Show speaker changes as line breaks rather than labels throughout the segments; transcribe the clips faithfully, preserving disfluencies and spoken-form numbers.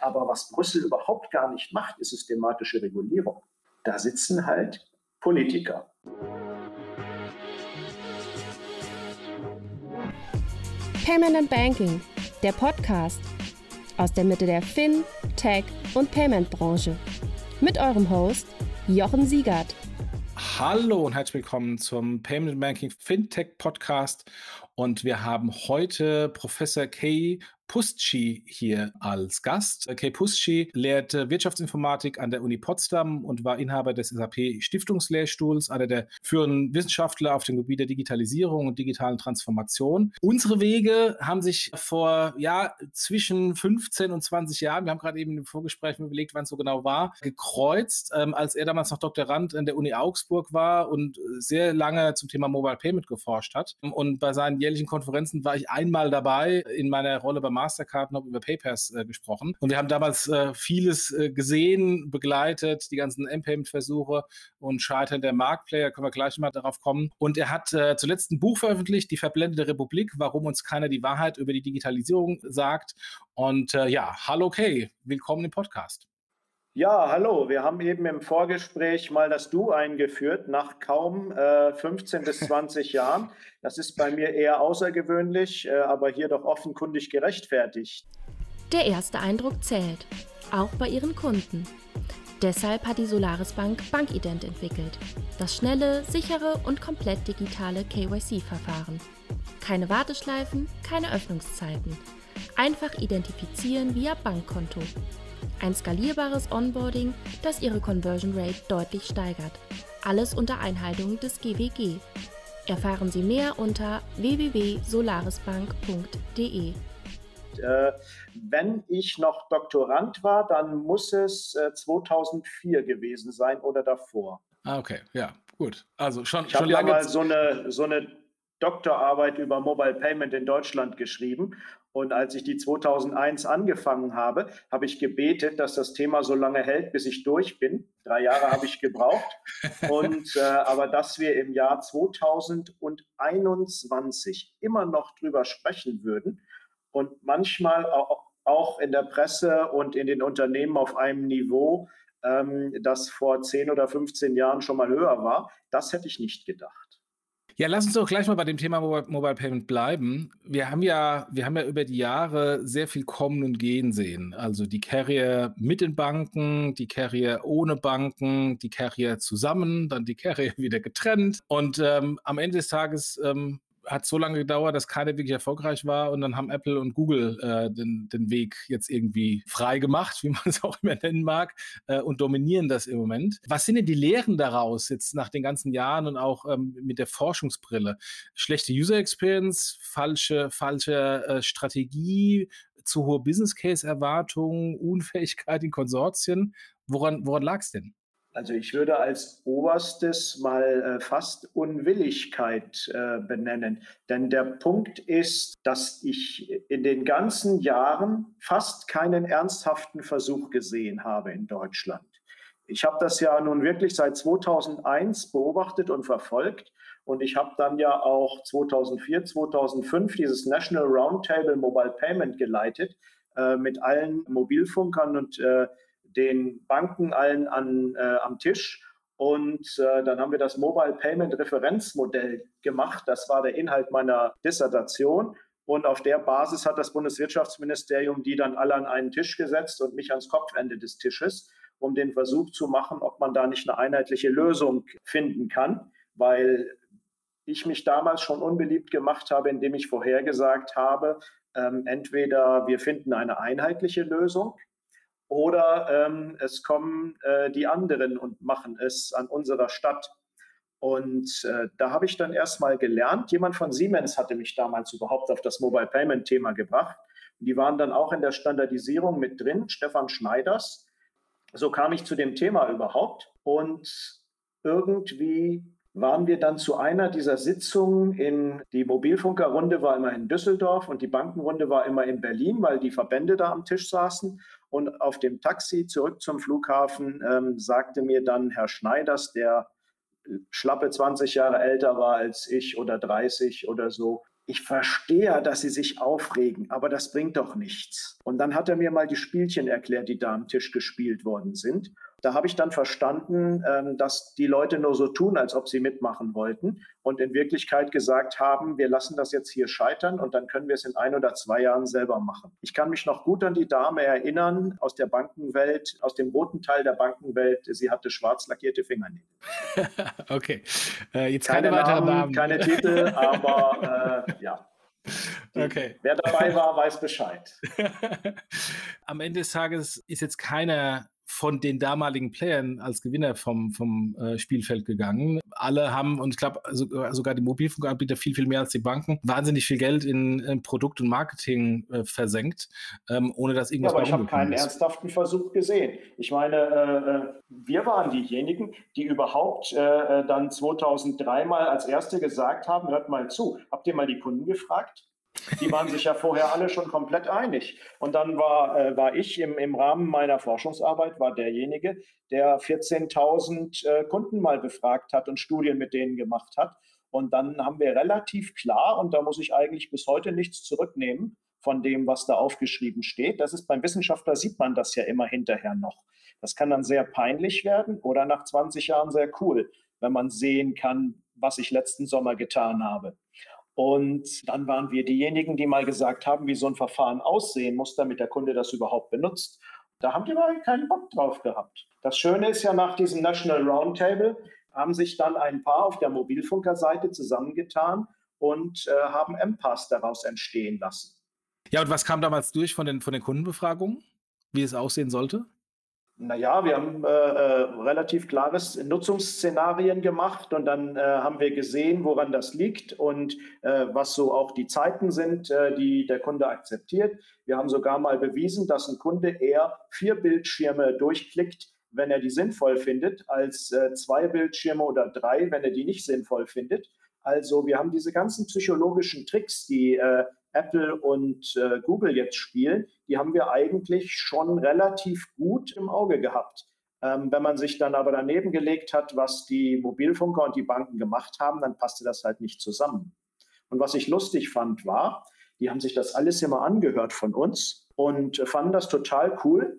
Aber was Brüssel überhaupt gar nicht macht, ist systematische Regulierung. Da sitzen halt Politiker.
Payment and Banking, der Podcast aus der Mitte der Fin-, Tech- und Payment-Branche. Mit eurem Host Jochen Siegert.
Hallo und herzlich willkommen zum Payment and Banking Fintech Podcast. Und wir haben heute Professor Kay Pustschi hier als Gast. Kay Pustschi lehrt Wirtschaftsinformatik an der Uni Potsdam und war Inhaber des S A P-Stiftungslehrstuhls, einer der führenden Wissenschaftler auf dem Gebiet der Digitalisierung und digitalen Transformation. Unsere Wege haben sich vor, ja, zwischen fünfzehn und zwanzig Jahren, wir haben gerade eben im Vorgespräch überlegt, wann es so genau war, gekreuzt, ähm, als er damals noch Doktorand an der Uni Augsburg war und sehr lange zum Thema Mobile Payment geforscht hat. Und bei seinen jährlichen Konferenzen war ich einmal dabei in meiner Rolle bei Mastercard und habe über PayPass äh, gesprochen. Und wir haben damals äh, vieles äh, gesehen, begleitet, die ganzen M-Payment-Versuche und Scheitern der Marktplayer, können wir gleich mal darauf kommen. Und er hat äh, zuletzt ein Buch veröffentlicht, Die verblendete Republik, warum uns keiner die Wahrheit über die Digitalisierung sagt. Und äh, ja, hallo Kay, willkommen im Podcast.
Ja, hallo. Wir haben eben im Vorgespräch mal das Du eingeführt, nach kaum äh, fünfzehn bis zwanzig Jahren. Das ist bei mir eher außergewöhnlich, äh, aber hier doch offenkundig gerechtfertigt.
Der erste Eindruck zählt, auch bei ihren Kunden. Deshalb hat die Solaris Bank Bankident entwickelt. Das schnelle, sichere und komplett digitale K Y C-Verfahren. Keine Warteschleifen, keine Öffnungszeiten. Einfach identifizieren via Bankkonto. Ein skalierbares Onboarding, das Ihre Conversion Rate deutlich steigert. Alles unter Einhaltung des G W G. Erfahren Sie mehr unter w w w punkt solarisbank punkt d e.
Äh, wenn ich noch Doktorand war, dann muss es äh, zweitausendvier gewesen sein oder davor.
Ah, okay, ja, gut. Also schon,
ich
schon
habe
lange.
Ja mal so eine, so eine Doktorarbeit über Mobile Payment in Deutschland geschrieben. Und als ich die zweitausendeins angefangen habe, habe ich gebetet, dass das Thema so lange hält, bis ich durch bin. Drei Jahre habe ich gebraucht. Und, äh, aber dass wir im Jahr zweitausendeinundzwanzig immer noch drüber sprechen würden und manchmal auch, auch in der Presse und in den Unternehmen auf einem Niveau, ähm, das vor zehn oder fünfzehn Jahren schon mal höher war, das hätte ich nicht gedacht.
Ja, lass uns doch gleich mal bei dem Thema Mobile, Mobile Payment bleiben. Wir haben ja, wir haben ja über die Jahre sehr viel kommen und gehen sehen. Also die Carrier mit den Banken, die Carrier ohne Banken, die Carrier zusammen, dann die Carrier wieder getrennt. Und ähm, am Ende des Tages ähm, hat so lange gedauert, dass keiner wirklich erfolgreich war und dann haben Apple und Google äh, den, den Weg jetzt irgendwie frei gemacht, wie man es auch immer nennen mag, äh, und dominieren das im Moment. Was sind denn die Lehren daraus jetzt nach den ganzen Jahren und auch ähm, mit der Forschungsbrille? Schlechte User Experience, falsche, falsche äh, Strategie, zu hohe Business Case Erwartungen, Unfähigkeit in Konsortien. Woran, woran lag es denn?
Also ich würde als Oberstes mal äh, fast Unwilligkeit äh, benennen. Denn der Punkt ist, dass ich in den ganzen Jahren fast keinen ernsthaften Versuch gesehen habe in Deutschland. Ich habe das ja nun wirklich seit zweitausendeins beobachtet und verfolgt. Und ich habe dann ja auch zweitausendvier, zweitausendfünf dieses National Roundtable Mobile Payment geleitet äh, mit allen Mobilfunkern und äh, den Banken allen an, äh, am Tisch. Und äh, dann haben wir das Mobile Payment Referenzmodell gemacht. Das war der Inhalt meiner Dissertation. Und auf der Basis hat das Bundeswirtschaftsministerium die dann alle an einen Tisch gesetzt und mich ans Kopfende des Tisches, um den Versuch zu machen, ob man da nicht eine einheitliche Lösung finden kann. Weil ich mich damals schon unbeliebt gemacht habe, indem ich vorhergesagt habe, ähm, entweder wir finden eine einheitliche Lösung, oder ähm, es kommen äh, die anderen und machen es an unserer Stadt. Und äh, da habe ich dann erstmal gelernt, jemand von Siemens hatte mich damals überhaupt auf das Mobile Payment Thema gebracht. Und die waren dann auch in der Standardisierung mit drin, Stefan Schneiders. So kam ich zu dem Thema überhaupt. Und irgendwie waren wir dann zu einer dieser Sitzungen in, die Mobilfunkerrunde war immer in Düsseldorf und die Bankenrunde war immer in Berlin, weil die Verbände da am Tisch saßen. Und auf dem Taxi zurück zum Flughafen ähm, sagte mir dann Herr Schneiders, der schlappe zwanzig Jahre älter war als ich oder dreißig oder so, ich verstehe, dass Sie sich aufregen, aber das bringt doch nichts. Und dann hat er mir mal die Spielchen erklärt, die da am Tisch gespielt worden sind. Da habe ich dann verstanden, dass die Leute nur so tun, als ob sie mitmachen wollten und in Wirklichkeit gesagt haben, wir lassen das jetzt hier scheitern und dann können wir es in ein oder zwei Jahren selber machen. Ich kann mich noch gut an die Dame erinnern aus der Bankenwelt, aus dem roten Teil der Bankenwelt. Sie hatte schwarz lackierte Fingernägel.
Okay, äh, jetzt
keine,
keine weiteren
Namen,
Namen.
Keine Titel, aber äh, ja. Die,
okay.
Wer dabei war, weiß Bescheid.
Am Ende des Tages ist jetzt keiner von den damaligen Playern als Gewinner vom, vom äh, Spielfeld gegangen. Alle haben, und ich glaube sogar, sogar die Mobilfunkanbieter viel, viel mehr als die Banken, wahnsinnig viel Geld in, in Produkt und Marketing äh, versenkt, ähm, ohne dass irgendwas
ja, aber ich habe keinen
ist.
ernsthaften Versuch gesehen. Ich meine, äh, wir waren diejenigen, die überhaupt äh, dann zweitausenddrei mal als Erste gesagt haben, hört mal zu, habt ihr mal die Kunden gefragt? Die waren sich ja vorher alle schon komplett einig. Und dann war, äh, war ich im, im Rahmen meiner Forschungsarbeit, war derjenige, der vierzehntausend äh, Kunden mal befragt hat und Studien mit denen gemacht hat. Und dann haben wir relativ klar, und da muss ich eigentlich bis heute nichts zurücknehmen von dem, was da aufgeschrieben steht. Das ist beim Wissenschaftler, sieht man das ja immer hinterher noch. Das kann dann sehr peinlich werden oder nach zwanzig Jahren sehr cool, wenn man sehen kann, was ich letzten Sommer getan habe. Und dann waren wir diejenigen, die mal gesagt haben, wie so ein Verfahren aussehen muss, damit der Kunde das überhaupt benutzt. Da haben die mal keinen Bock drauf gehabt. Das Schöne ist ja, nach diesem National Roundtable haben sich dann ein paar auf der Mobilfunkerseite zusammengetan und äh, haben M Pass daraus entstehen lassen.
Ja, und was kam damals durch von den, von den Kundenbefragungen, wie es aussehen sollte?
Naja, wir haben äh, äh, relativ klares Nutzungsszenarien gemacht und dann äh, haben wir gesehen, woran das liegt und äh, was so auch die Zeiten sind, äh, die der Kunde akzeptiert. Wir haben sogar mal bewiesen, dass ein Kunde eher vier Bildschirme durchklickt, wenn er die sinnvoll findet, als äh, zwei Bildschirme oder drei, wenn er die nicht sinnvoll findet. Also wir haben diese ganzen psychologischen Tricks, die äh, Apple und äh, Google jetzt spielen, die haben wir eigentlich schon relativ gut im Auge gehabt. Ähm, wenn man sich dann aber daneben gelegt hat, was die Mobilfunker und die Banken gemacht haben, dann passte das halt nicht zusammen. Und was ich lustig fand, war, die haben sich das alles immer angehört von uns und fanden das total cool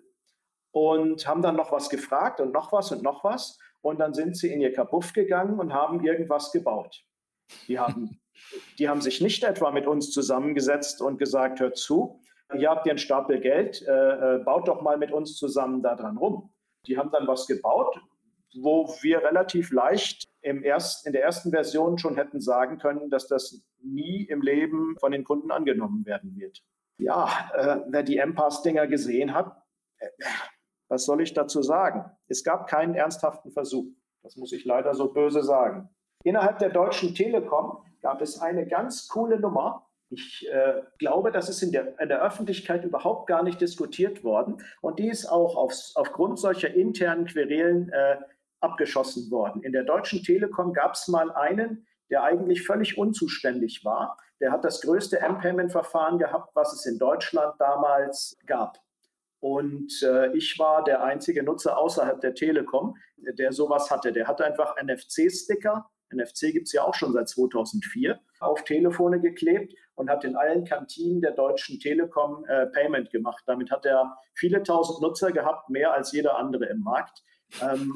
und haben dann noch was gefragt und noch was und noch was. Und dann sind sie in ihr Kabuff gegangen und haben irgendwas gebaut. Die haben Die haben sich nicht etwa mit uns zusammengesetzt und gesagt, hört zu, hier habt ihr einen Stapel Geld, äh, baut doch mal mit uns zusammen da dran rum. Die haben dann was gebaut, wo wir relativ leicht im erst, in der ersten Version schon hätten sagen können, dass das nie im Leben von den Kunden angenommen werden wird. Ja, äh, wer die M Pass-Dinger gesehen hat, äh, was soll ich dazu sagen? Es gab keinen ernsthaften Versuch. Das muss ich leider so böse sagen. Innerhalb der Deutschen Telekom gab es eine ganz coole Nummer. Ich äh, glaube, das ist in der, in der Öffentlichkeit überhaupt gar nicht diskutiert worden. Und die ist auch aufs, aufgrund solcher internen Querelen äh, abgeschossen worden. In der Deutschen Telekom gab es mal einen, der eigentlich völlig unzuständig war. Der hat das größte M-Payment-Verfahren gehabt, was es in Deutschland damals gab. Und äh, ich war der einzige Nutzer außerhalb der Telekom, der sowas hatte. Der hatte einfach N F C-Sticker. N F C gibt es ja auch schon seit zweitausendvier, auf Telefone geklebt und hat in allen Kantinen der Deutschen Telekom äh, Payment gemacht. Damit hat er viele tausend Nutzer gehabt, mehr als jeder andere im Markt. Ähm,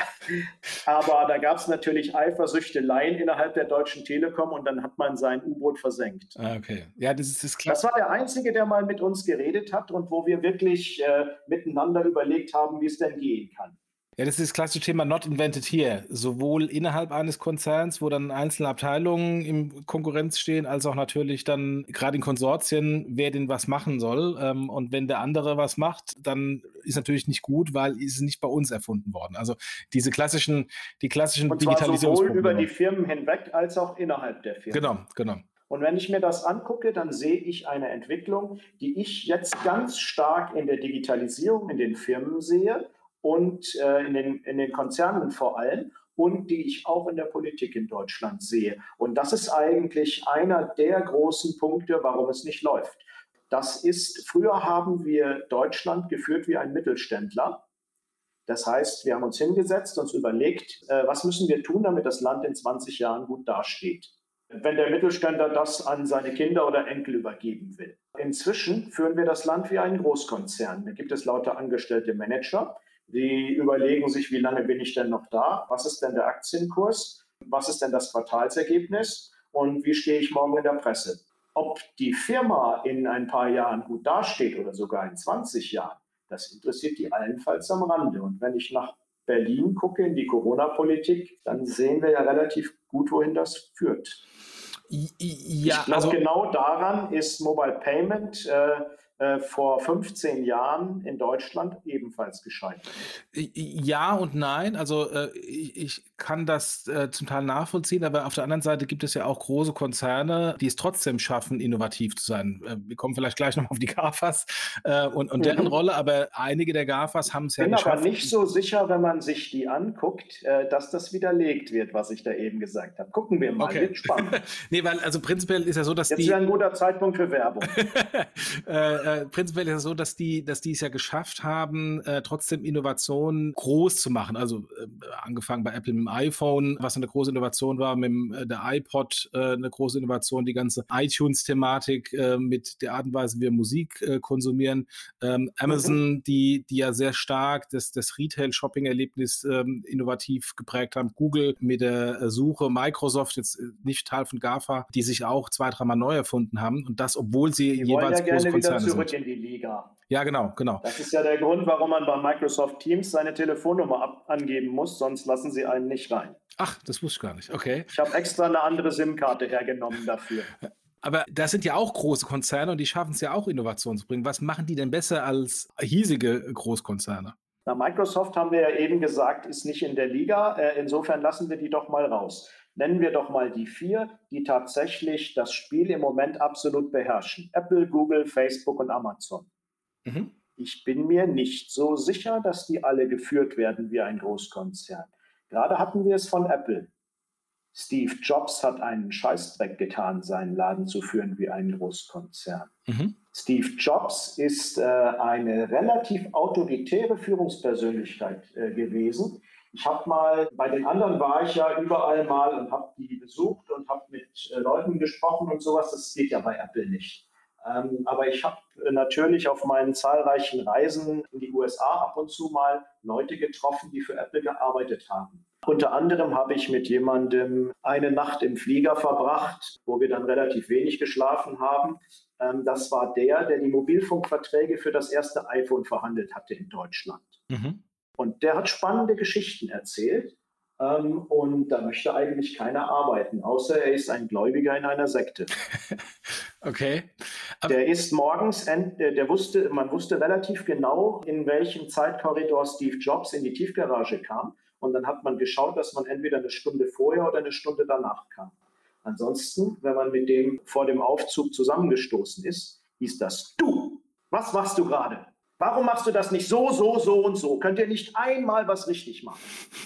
aber da gab es natürlich Eifersüchteleien innerhalb der Deutschen Telekom und dann hat man sein U-Boot versenkt.
Ah, okay. Ja, das ist, das ist klar.
Das war der Einzige, der mal mit uns geredet hat und wo wir wirklich äh, miteinander überlegt haben, wie es denn gehen kann.
Ja, das ist das klassische Thema not invented here. Sowohl innerhalb eines Konzerns, wo dann einzelne Abteilungen in Konkurrenz stehen, als auch natürlich dann gerade in Konsortien, wer denn was machen soll. Und wenn der andere was macht, dann ist natürlich nicht gut, weil es nicht bei uns erfunden worden. Also diese klassischen, die klassischen Digitalisierungsprobleme.
Und zwar sowohl über die Firmen hinweg als auch innerhalb der Firmen.
Genau, genau.
Und wenn ich mir das angucke, dann sehe ich eine Entwicklung, die ich jetzt ganz stark in der Digitalisierung in den Firmen sehe und äh, in, den, in den Konzernen vor allem und die ich auch in der Politik in Deutschland sehe. Und das ist eigentlich einer der großen Punkte, warum es nicht läuft. Das ist, früher haben wir Deutschland geführt wie ein Mittelständler. Das heißt, wir haben uns hingesetzt, uns überlegt, äh, was müssen wir tun, damit das Land in zwanzig Jahren gut dasteht. wenn der Mittelständler das an seine Kinder oder Enkel übergeben will. Inzwischen führen wir das Land wie einen Großkonzern. Da gibt es lauter angestellte Manager, die überlegen sich, wie lange bin ich denn noch da? Was ist denn der Aktienkurs? Was ist denn das Quartalsergebnis? Und wie stehe ich morgen in der Presse? Ob die Firma in ein paar Jahren gut dasteht oder sogar in zwanzig Jahren, das interessiert die allenfalls am Rande. Und wenn ich nach Berlin gucke, in die Corona-Politik, dann sehen wir ja relativ gut, wohin das führt.
Ja,
ich glaube,
also
genau daran ist Mobile Payment äh, äh, vor fünfzehn Jahren in Deutschland ebenfalls gescheitert.
Ja und nein. Also äh, ich, ich kann das äh, zum Teil nachvollziehen, aber auf der anderen Seite gibt es ja auch große Konzerne, die es trotzdem schaffen, innovativ zu sein. Äh, wir kommen vielleicht gleich noch auf die GAFAs äh, und, und deren
Mhm.
Rolle, aber einige der GAFAs haben es ja
Bin
geschafft.
aber nicht so sicher, wenn man sich die anguckt, äh, dass das widerlegt wird, was ich da eben gesagt habe. Gucken wir mal,
Okay.
wird spannend.
Nee, weil also prinzipiell ist ja so, dass
Jetzt
die
wäre ein guter Zeitpunkt für Werbung.
äh, äh, prinzipiell ist es so, dass die, dass die es ja geschafft haben, äh, trotzdem Innovationen groß zu machen. Also äh, angefangen bei Apple mit dem iPhone, was eine große Innovation war, mit dem, äh, der iPod äh, eine große Innovation, die ganze iTunes-Thematik äh, mit der Art und Weise, wie wir Musik äh, konsumieren. Ähm, Amazon, mhm. die, die ja sehr stark das, das Retail-Shopping-Erlebnis ähm, innovativ geprägt haben. Google mit der äh, Suche, Microsoft, jetzt äh, nicht Teil von GAFA, die sich auch zwei, dreimal neu erfunden haben. Und das, obwohl sie
die
jeweils
wollen ja gerne
große Konzerne
wieder zurück
sind.
in die Liga.
Ja, genau, genau.
Das ist ja der Grund, warum man bei Microsoft Teams seine Telefonnummer ab- angeben muss, sonst lassen sie einen nicht rein.
Ach, das wusste ich gar nicht. Okay.
Ich habe extra eine andere SIM-Karte hergenommen dafür.
Aber das sind ja auch große Konzerne und die schaffen es ja auch, Innovationen zu bringen. Was machen die denn besser als hiesige Großkonzerne?
Na, Microsoft, haben wir ja eben gesagt, ist nicht in der Liga. Äh, insofern lassen wir die doch mal raus. Nennen wir doch mal die vier, die tatsächlich das Spiel im Moment absolut beherrschen. Apple, Google, Facebook und Amazon. Mhm. Ich bin mir nicht so sicher, dass die alle geführt werden wie ein Großkonzern. Gerade hatten wir es von Apple. Steve Jobs hat einen Scheißdreck getan, seinen Laden zu führen wie ein Großkonzern. Mhm. Steve Jobs ist äh, eine relativ autoritäre Führungspersönlichkeit äh, gewesen. Ich habe mal, bei den anderen war ich ja überall mal und habe die besucht und habe mit äh, Leuten gesprochen und sowas. Das geht ja bei Apple nicht. Ähm, aber ich habe äh, natürlich auf meinen zahlreichen Reisen in die U S A ab und zu mal Leute getroffen, die für Apple gearbeitet haben. Unter anderem habe ich mit jemandem eine Nacht im Flieger verbracht, wo wir dann relativ wenig geschlafen haben. Ähm, das war der, der die Mobilfunkverträge für das erste iPhone verhandelt hatte in Deutschland. Mhm. Und der hat spannende Geschichten erzählt. Ähm, und da möchte eigentlich keiner arbeiten, außer er ist ein Gläubiger in einer Sekte.
Okay.
Aber der ist morgens, der wusste, man wusste relativ genau, in welchem Zeitkorridor Steve Jobs in die Tiefgarage kam. Und dann hat man geschaut, dass man entweder eine Stunde vorher oder eine Stunde danach kam. Ansonsten, wenn man mit dem vor dem Aufzug zusammengestoßen ist, hieß das: Du, was machst du gerade? Warum machst du das nicht so, so, so und so? Könnt ihr nicht einmal was richtig machen?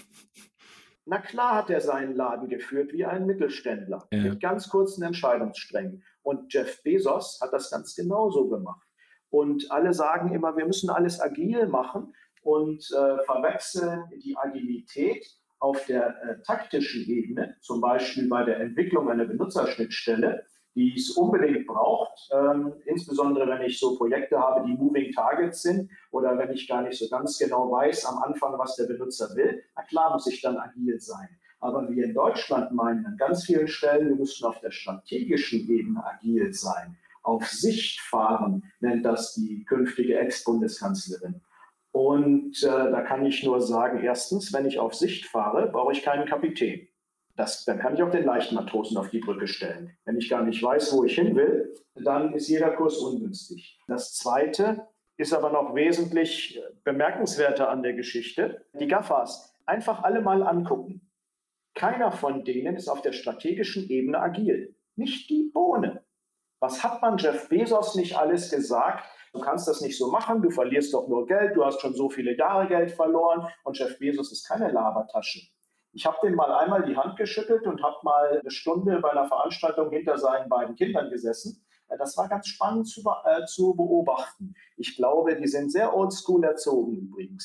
Na klar hat er seinen Laden geführt wie ein Mittelständler, ja, mit ganz kurzen Entscheidungssträngen. Und Jeff Bezos hat das ganz genauso gemacht. Und alle sagen immer, wir müssen alles agil machen und äh, verwechseln die Agilität auf der äh, taktischen Ebene, zum Beispiel bei der Entwicklung einer Benutzerschnittstelle, die es unbedingt braucht, ähm, insbesondere wenn ich so Projekte habe, die Moving Targets sind oder wenn ich gar nicht so ganz genau weiß am Anfang, was der Benutzer will. Na klar muss ich dann agil sein. Aber wir in Deutschland meinen an ganz vielen Stellen, wir müssen auf der strategischen Ebene agil sein. Auf Sicht fahren, nennt das die künftige Ex-Bundeskanzlerin. Und äh, da kann ich nur sagen, erstens, wenn ich auf Sicht fahre, brauche ich keinen Kapitän. Das, dann kann ich auch den leichten Matrosen auf die Brücke stellen. Wenn ich gar nicht weiß, wo ich hin will, dann ist jeder Kurs ungünstig. Das Zweite ist aber noch wesentlich bemerkenswerter an der Geschichte. Die GAFAs einfach alle mal angucken. Keiner von denen ist auf der strategischen Ebene agil. Nicht die Bohne. Was hat man Jeff Bezos nicht alles gesagt? Du kannst das nicht so machen, du verlierst doch nur Geld, du hast schon so viele Jahre Geld verloren und Jeff Bezos ist keine Labertasche. Ich habe dem mal einmal die Hand geschüttelt und habe mal eine Stunde bei einer Veranstaltung hinter seinen beiden Kindern gesessen. Das war ganz spannend zu, äh, zu beobachten. Ich glaube, die sind sehr oldschool erzogen übrigens.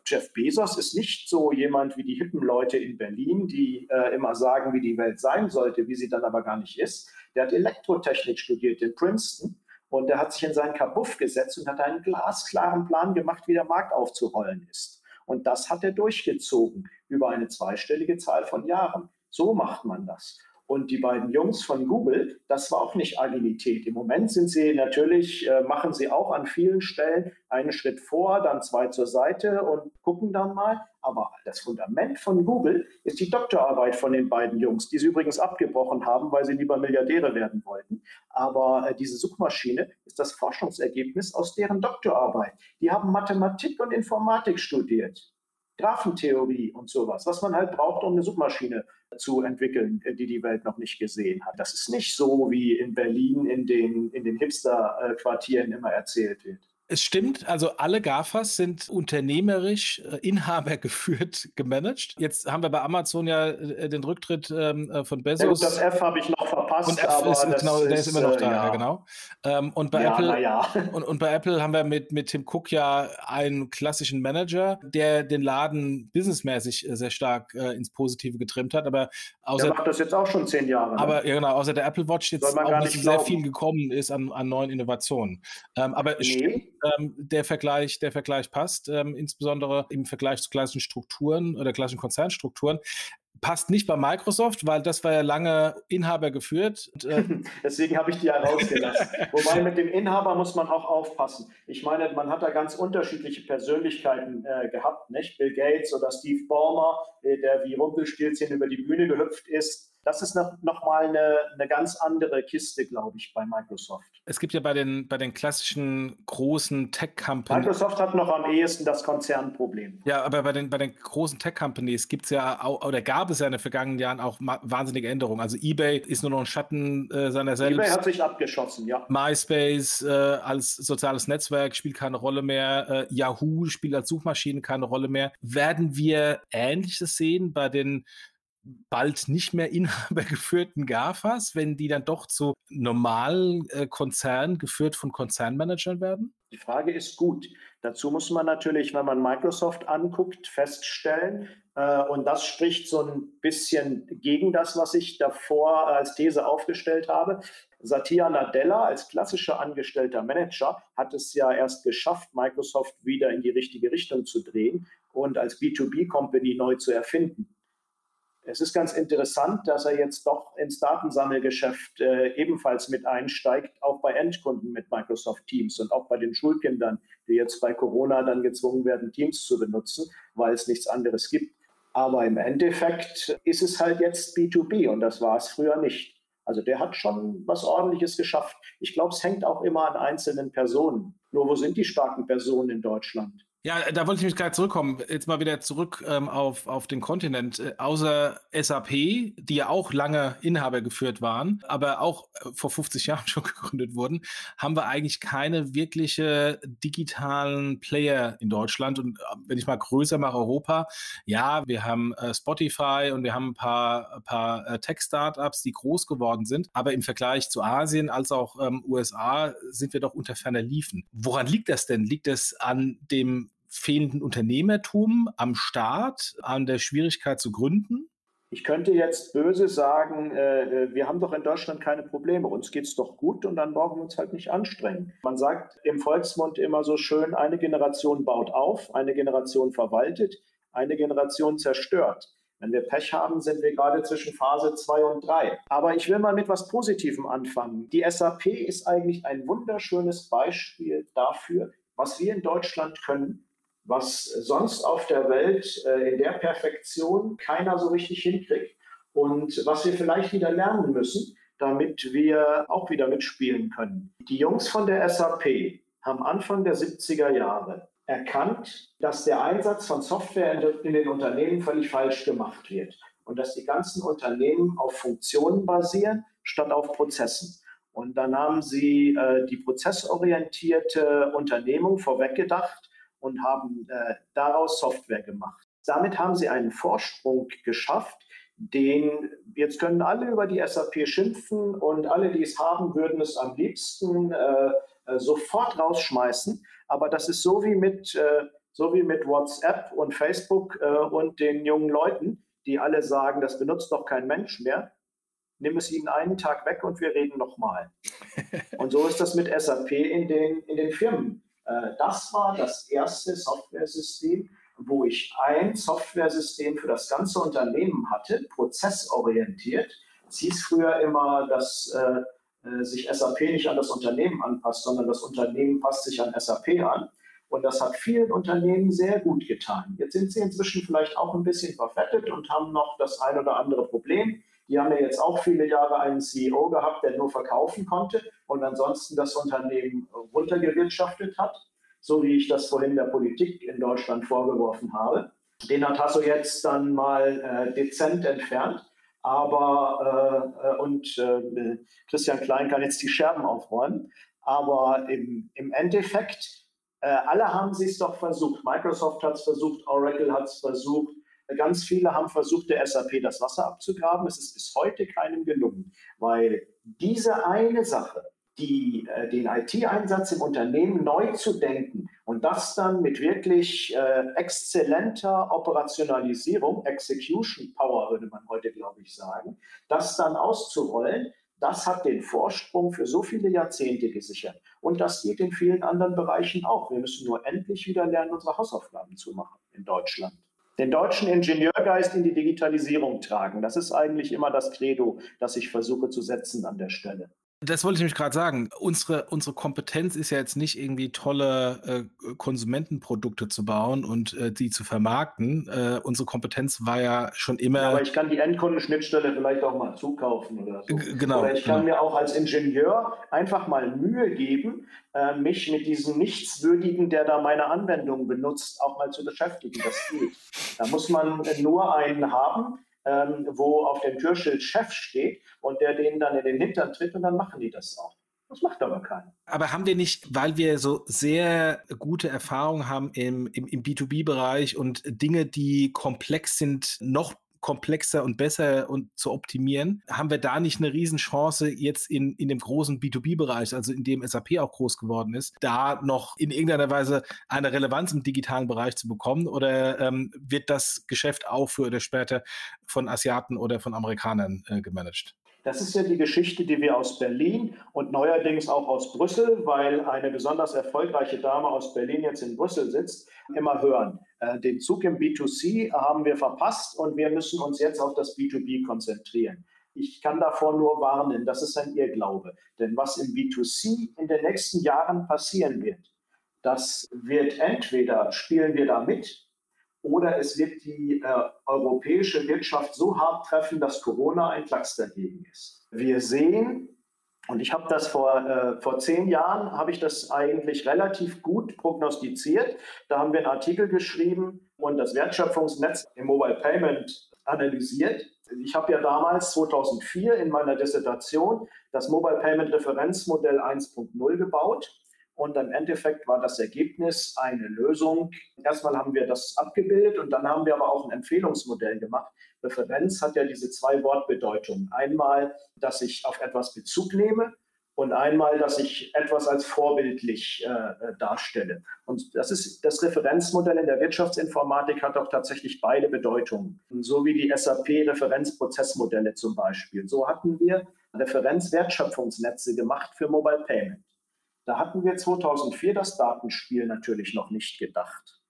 Jeff Bezos ist nicht so jemand wie die hippen Leute in Berlin, die äh, immer sagen, wie die Welt sein sollte, wie sie dann aber gar nicht ist. Der hat Elektrotechnik studiert in Princeton und der hat sich in seinen Kabuff gesetzt und hat einen glasklaren Plan gemacht, wie der Markt aufzurollen ist. Und das hat er durchgezogen über eine zweistellige Zahl von Jahren. So macht man das. Und die beiden Jungs von Google, das war auch nicht Agilität. Im Moment sind sie natürlich, äh, machen sie auch an vielen Stellen einen Schritt vor, dann zwei zur Seite und gucken dann mal. Aber das Fundament von Google ist die Doktorarbeit von den beiden Jungs, die sie übrigens abgebrochen haben, weil sie lieber Milliardäre werden wollten. Aber äh, diese Suchmaschine ist das Forschungsergebnis aus deren Doktorarbeit. Die haben Mathematik und Informatik studiert. Graphentheorie und sowas, was man halt braucht, um eine Suchmaschine zu entwickeln, die die Welt noch nicht gesehen hat. Das ist nicht so, wie in Berlin in den, in den Hipster-Quartieren immer erzählt wird.
Es stimmt, also alle GAFAs sind unternehmerisch, äh, inhabergeführt gemanagt. Jetzt haben wir bei Amazon ja äh, den Rücktritt ähm, von Bezos.
Ja, gut, das F habe ich noch verpasst,
und F
aber
ist,
das
genau, der ist,
ist
immer noch
äh,
da,
ja.
ja genau. Ähm, und, bei
ja,
Apple,
ja.
und, und bei Apple haben wir mit, mit Tim Cook ja einen klassischen Manager, der den Laden businessmäßig äh, sehr stark äh, ins Positive getrimmt hat. Aber außer,
der macht das jetzt auch schon zehn Jahre. Ne?
Aber ja, genau, außer der Apple Watch jetzt auch nicht so sehr viel gekommen ist an, an neuen Innovationen. Ähm, aber nee. stimmt, ähm, der Vergleich, der Vergleich passt, ähm, insbesondere im Vergleich zu klassischen Strukturen oder klassischen Konzernstrukturen. Passt nicht bei Microsoft, weil das war ja lange Inhaber geführt. Und, äh
Deswegen habe ich die ja rausgelassen. Wobei mit dem Inhaber muss man auch aufpassen. Ich meine, man hat da ganz unterschiedliche Persönlichkeiten äh, gehabt, nicht? Bill Gates oder Steve Ballmer, äh, der wie Rumpelstilzchen über die Bühne gehüpft ist. Das ist noch, noch mal eine, eine ganz andere Kiste, glaube ich, bei Microsoft.
Es gibt ja bei den, bei den klassischen großen Tech-Companies...
Microsoft hat noch am ehesten das Konzernproblem.
Ja, aber bei den, bei den großen Tech-Companies gibt es ja auch, oder gab es ja in den vergangenen Jahren auch wahnsinnige Änderungen. Also eBay ist nur noch ein Schatten äh, seiner selbst.
eBay hat sich abgeschossen, ja.
MySpace äh, als soziales Netzwerk spielt keine Rolle mehr. Äh, Yahoo spielt als Suchmaschine keine Rolle mehr. Werden wir Ähnliches sehen bei den bald nicht mehr inhabergeführten GAFAs, wenn die dann doch zu normalen äh, Konzernen geführt von Konzernmanagern werden?
Die Frage ist gut. Dazu muss man natürlich, wenn man Microsoft anguckt, feststellen, äh, und das spricht so ein bisschen gegen das, was ich davor als These aufgestellt habe. Satya Nadella als klassischer angestellter Manager hat es ja erst geschafft, Microsoft wieder in die richtige Richtung zu drehen und als B zwei B Company neu zu erfinden. Es ist ganz interessant, dass er jetzt doch ins Datensammelgeschäft äh, ebenfalls mit einsteigt, auch bei Endkunden mit Microsoft Teams und auch bei den Schulkindern, die jetzt bei Corona dann gezwungen werden, Teams zu benutzen, weil es nichts anderes gibt. Aber im Endeffekt ist es halt jetzt B zwei B und das war es früher nicht. Also der hat schon was Ordentliches geschafft. Ich glaube, es hängt auch immer an einzelnen Personen. Nur wo sind die starken Personen in Deutschland?
Ja, da wollte ich mich gleich zurückkommen. Jetzt mal wieder zurück ähm, auf, auf den Kontinent. Äh, außer S A P, die ja auch lange Inhaber geführt waren, aber auch äh, vor fünfzig Jahren schon gegründet wurden, haben wir eigentlich keine wirkliche digitalen Player in Deutschland. Und äh, wenn ich mal größer mache, Europa, ja, wir haben äh, Spotify und wir haben ein paar, ein paar äh, Tech-Startups, die groß geworden sind. Aber im Vergleich zu Asien als auch ähm, U S A sind wir doch unter ferner Liefen. Woran liegt das denn? Liegt es an dem fehlenden Unternehmertum am Staat, an der Schwierigkeit zu gründen?
Ich könnte jetzt böse sagen, äh, wir haben doch in Deutschland keine Probleme, uns geht's doch gut und dann brauchen wir uns halt nicht anstrengen. Man sagt im Volksmund immer so schön, eine Generation baut auf, eine Generation verwaltet, eine Generation zerstört. Wenn wir Pech haben, sind wir gerade zwischen Phase zwei und drei. Aber ich will mal mit was Positivem anfangen. Die S A P ist eigentlich ein wunderschönes Beispiel dafür, was wir in Deutschland können, was sonst auf der Welt äh, in der Perfektion keiner so richtig hinkriegt und was wir vielleicht wieder lernen müssen, damit wir auch wieder mitspielen können. Die Jungs von der S A P haben Anfang der siebziger Jahre erkannt, dass der Einsatz von Software in, in den Unternehmen völlig falsch gemacht wird und dass die ganzen Unternehmen auf Funktionen basieren, statt auf Prozessen. Und dann haben sie äh, die prozessorientierte Unternehmung vorweggedacht und haben äh, daraus Software gemacht. Damit haben sie einen Vorsprung geschafft, den jetzt können alle über die S A P schimpfen und alle, die es haben, würden es am liebsten äh, äh, sofort rausschmeißen. Aber das ist so wie mit, äh, so wie mit WhatsApp und Facebook äh, und den jungen Leuten, die alle sagen, das benutzt doch kein Mensch mehr. Nimm es ihnen einen Tag weg und wir reden nochmal. Und so ist das mit S A P in den, in den Firmen. Äh, das war das erste Softwaresystem, wo ich ein Softwaresystem für das ganze Unternehmen hatte, prozessorientiert. Es hieß früher immer, dass äh, sich S A P nicht an das Unternehmen anpasst, sondern das Unternehmen passt sich an S A P an. Und das hat vielen Unternehmen sehr gut getan. Jetzt sind sie inzwischen vielleicht auch ein bisschen verfettet und haben noch das ein oder andere Problem. Die haben ja jetzt auch viele Jahre einen C E O gehabt, der nur verkaufen konnte und ansonsten das Unternehmen runtergewirtschaftet hat, so wie ich das vorhin der Politik in Deutschland vorgeworfen habe. Den hat Hasso jetzt dann mal äh, dezent entfernt. Aber äh, und äh, Christian Klein kann jetzt die Scherben aufräumen. Aber im, im Endeffekt, äh, alle haben sie es doch versucht. Microsoft hat es versucht, Oracle hat es versucht. Ganz viele haben versucht, der S A P das Wasser abzugraben. Es ist bis heute keinem gelungen, weil diese eine Sache, die, äh, den I T-Einsatz im Unternehmen neu zu denken und das dann mit wirklich äh, exzellenter Operationalisierung, Execution Power würde man heute, glaube ich, sagen, das dann auszurollen, das hat den Vorsprung für so viele Jahrzehnte gesichert. Und das geht in vielen anderen Bereichen auch. Wir müssen nur endlich wieder lernen, unsere Hausaufgaben zu machen in Deutschland. Den deutschen Ingenieurgeist in die Digitalisierung tragen. Das ist eigentlich immer das Credo, das ich versuche zu setzen an der Stelle.
Das wollte ich nämlich gerade sagen. Unsere, unsere Kompetenz ist ja jetzt nicht irgendwie tolle äh, Konsumentenprodukte zu bauen und äh, die zu vermarkten. Äh, unsere Kompetenz war ja schon immer...
Ja, aber ich kann die Endkundenschnittstelle vielleicht auch mal zukaufen oder so.
G- genau.
Oder ich kann
genau.
mir auch als Ingenieur einfach mal Mühe geben, äh, mich mit diesem Nichtswürdigen, der da meine Anwendung benutzt, auch mal zu beschäftigen. Das geht. Da muss man nur einen haben, Ähm, wo auf dem Türschild Chef steht und der denen dann in den Hintern tritt und dann machen die das auch. Das macht aber keiner.
Aber haben wir nicht, weil wir so sehr gute Erfahrungen haben im, im, im B zwei B-Bereich und Dinge, die komplex sind, noch komplexer und besser und zu optimieren, haben wir da nicht eine Riesenchance jetzt in, in dem großen B zwei B-Bereich, also in dem S A P auch groß geworden ist, da noch in irgendeiner Weise eine Relevanz im digitalen Bereich zu bekommen? Oder ähm, wird das Geschäft auch früher oder später von Asiaten oder von Amerikanern äh, gemanagt?
Das ist ja die Geschichte, die wir aus Berlin und neuerdings auch aus Brüssel, weil eine besonders erfolgreiche Dame aus Berlin jetzt in Brüssel sitzt, immer hören. Äh, den Zug im B zwei C haben wir verpasst und wir müssen uns jetzt auf das B zwei B konzentrieren. Ich kann davor nur warnen, das ist ein Irrglaube. Denn was im B zwei C in den nächsten Jahren passieren wird, das wird entweder spielen wir da mit, oder es wird die äh, europäische Wirtschaft so hart treffen, dass Corona ein Klacks dagegen ist. Wir sehen, und ich habe das vor, äh, vor zehn Jahren, habe ich das eigentlich relativ gut prognostiziert. Da haben wir einen Artikel geschrieben und das Wertschöpfungsnetz im Mobile Payment analysiert. Ich habe ja damals zweitausendvier in meiner Dissertation das Mobile Payment Referenzmodell eins Punkt null gebaut. Und im Endeffekt war das Ergebnis eine Lösung. Erstmal haben wir das abgebildet und dann haben wir aber auch ein Empfehlungsmodell gemacht. Referenz hat ja diese zwei Wortbedeutungen. Einmal, dass ich auf etwas Bezug nehme und einmal, dass ich etwas als vorbildlich äh, darstelle. Und das ist das Referenzmodell in der Wirtschaftsinformatik hat auch tatsächlich beide Bedeutungen. So wie die S A P-Referenzprozessmodelle zum Beispiel. So hatten wir Referenzwertschöpfungsnetze gemacht für Mobile Payment. Da hatten wir zweitausendvier das Datenspiel natürlich noch nicht gedacht.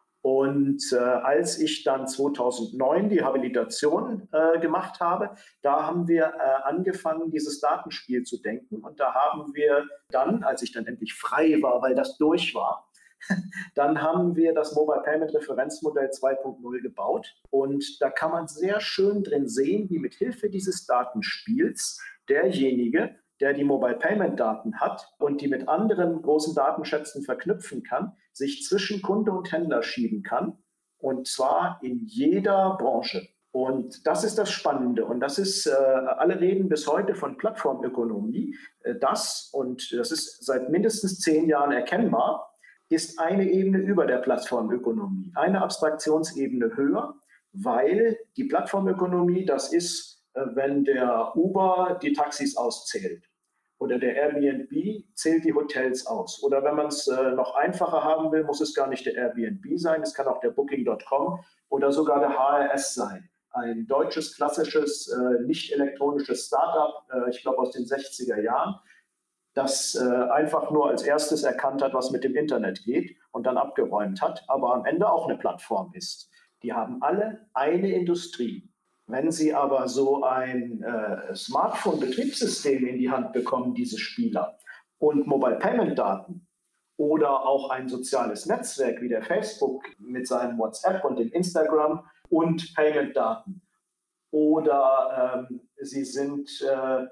Und äh, als ich dann zweitausendneun die Habilitation äh, gemacht habe, da haben wir äh, angefangen, dieses Datenspiel zu denken. Und da haben wir dann, als ich dann endlich frei war, weil das durch war, dann haben wir das Mobile Payment Referenzmodell zwei Punkt null gebaut. Und da kann man sehr schön drin sehen, wie mit Hilfe dieses Datenspiels derjenige, der die Mobile Payment Daten hat und die mit anderen großen Datenschätzen verknüpfen kann, sich zwischen Kunde und Händler schieben kann, und zwar in jeder Branche. Und das ist das Spannende. Und das ist, äh, alle reden bis heute von Plattformökonomie. Äh, das, und das ist seit mindestens zehn Jahren erkennbar, ist eine Ebene über der Plattformökonomie, eine Abstraktionsebene höher, weil die Plattformökonomie, das ist, äh, wenn der Uber die Taxis auszählt. oder der Airbnb zählt die Hotels aus. Oder wenn man es äh, noch einfacher haben will, muss es gar nicht der Airbnb sein, es kann auch der Booking Punkt com oder sogar der H R S sein. Ein deutsches, klassisches, äh, nicht elektronisches Startup, äh, ich glaube aus den sechziger Jahren, das äh, einfach nur als erstes erkannt hat, was mit dem Internet geht und dann abgeräumt hat, aber am Ende auch eine Plattform ist. Die haben alle eine Industrie. Wenn sie aber so ein äh, Smartphone-Betriebssystem in die Hand bekommen, diese Spieler, und Mobile-Payment-Daten oder auch ein soziales Netzwerk wie der Facebook mit seinem WhatsApp und dem Instagram und Payment-Daten, oder ähm, sie sind äh,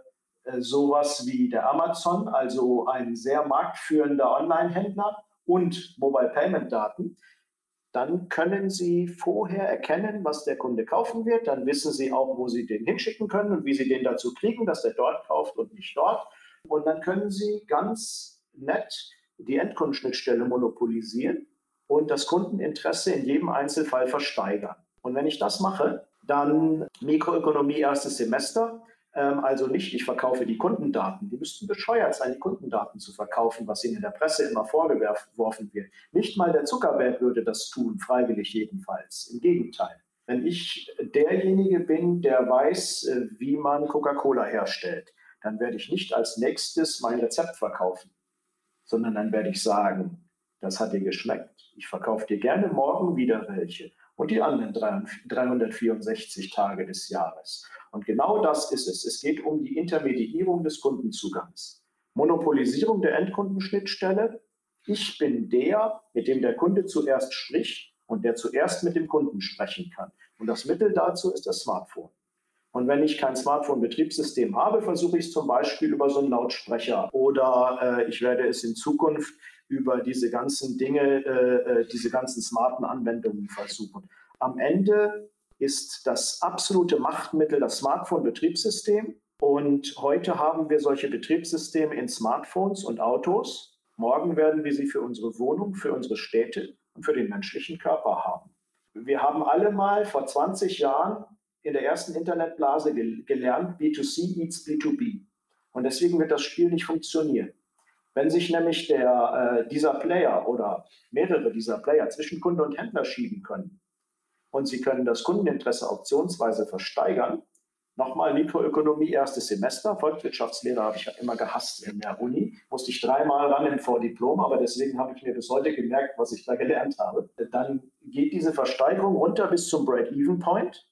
sowas wie der Amazon, also ein sehr marktführender Online-Händler und Mobile-Payment-Daten, dann können Sie vorher erkennen, was der Kunde kaufen wird. Dann wissen Sie auch, wo Sie den hinschicken können und wie Sie den dazu kriegen, dass der dort kauft und nicht dort. Und dann können Sie ganz nett die Endkundenschnittstelle monopolisieren und das Kundeninteresse in jedem Einzelfall versteigern. Und wenn ich das mache, dann Mikroökonomie erstes Semester. Also nicht, ich verkaufe die Kundendaten. Die müssten bescheuert sein, die Kundendaten zu verkaufen, was ihnen in der Presse immer vorgeworfen wird. Nicht mal der Zuckerberg würde das tun, freiwillig jedenfalls. Im Gegenteil. Wenn ich derjenige bin, der weiß, wie man Coca-Cola herstellt, dann werde ich nicht als nächstes mein Rezept verkaufen, sondern dann werde ich sagen, das hat dir geschmeckt. Ich verkaufe dir gerne morgen wieder welche. Und die anderen dreihundertvierundsechzig Tage des Jahres. Und genau das ist es. Es geht um die Intermediierung des Kundenzugangs. Monopolisierung der Endkundenschnittstelle. Ich bin der, mit dem der Kunde zuerst spricht und der zuerst mit dem Kunden sprechen kann. Und das Mittel dazu ist das Smartphone. Und wenn ich kein Smartphone-Betriebssystem habe, versuche ich es zum Beispiel über so einen Lautsprecher. Oder äh, ich werde es in Zukunft über diese ganzen Dinge, äh, diese ganzen smarten Anwendungen versuchen. Am Ende ist das absolute Machtmittel das Smartphone-Betriebssystem. Und heute haben wir solche Betriebssysteme in Smartphones und Autos. Morgen werden wir sie für unsere Wohnung, für unsere Städte und für den menschlichen Körper haben. Wir haben alle mal vor zwanzig Jahren in der ersten Internetblase gel- gelernt, B zwei C eats B zwei B. Und deswegen wird das Spiel nicht funktionieren. Wenn sich nämlich der, äh, dieser Player oder mehrere dieser Player zwischen Kunde und Händler schieben können und sie können das Kundeninteresse auktionsweise versteigern, nochmal Mikroökonomie, erstes Semester, Volkswirtschaftslehre habe ich ja immer gehasst in der Uni, musste ich dreimal ran im Vordiplom, aber deswegen habe ich mir bis heute gemerkt, was ich da gelernt habe. Dann geht diese Versteigerung runter bis zum Break-Even-Point,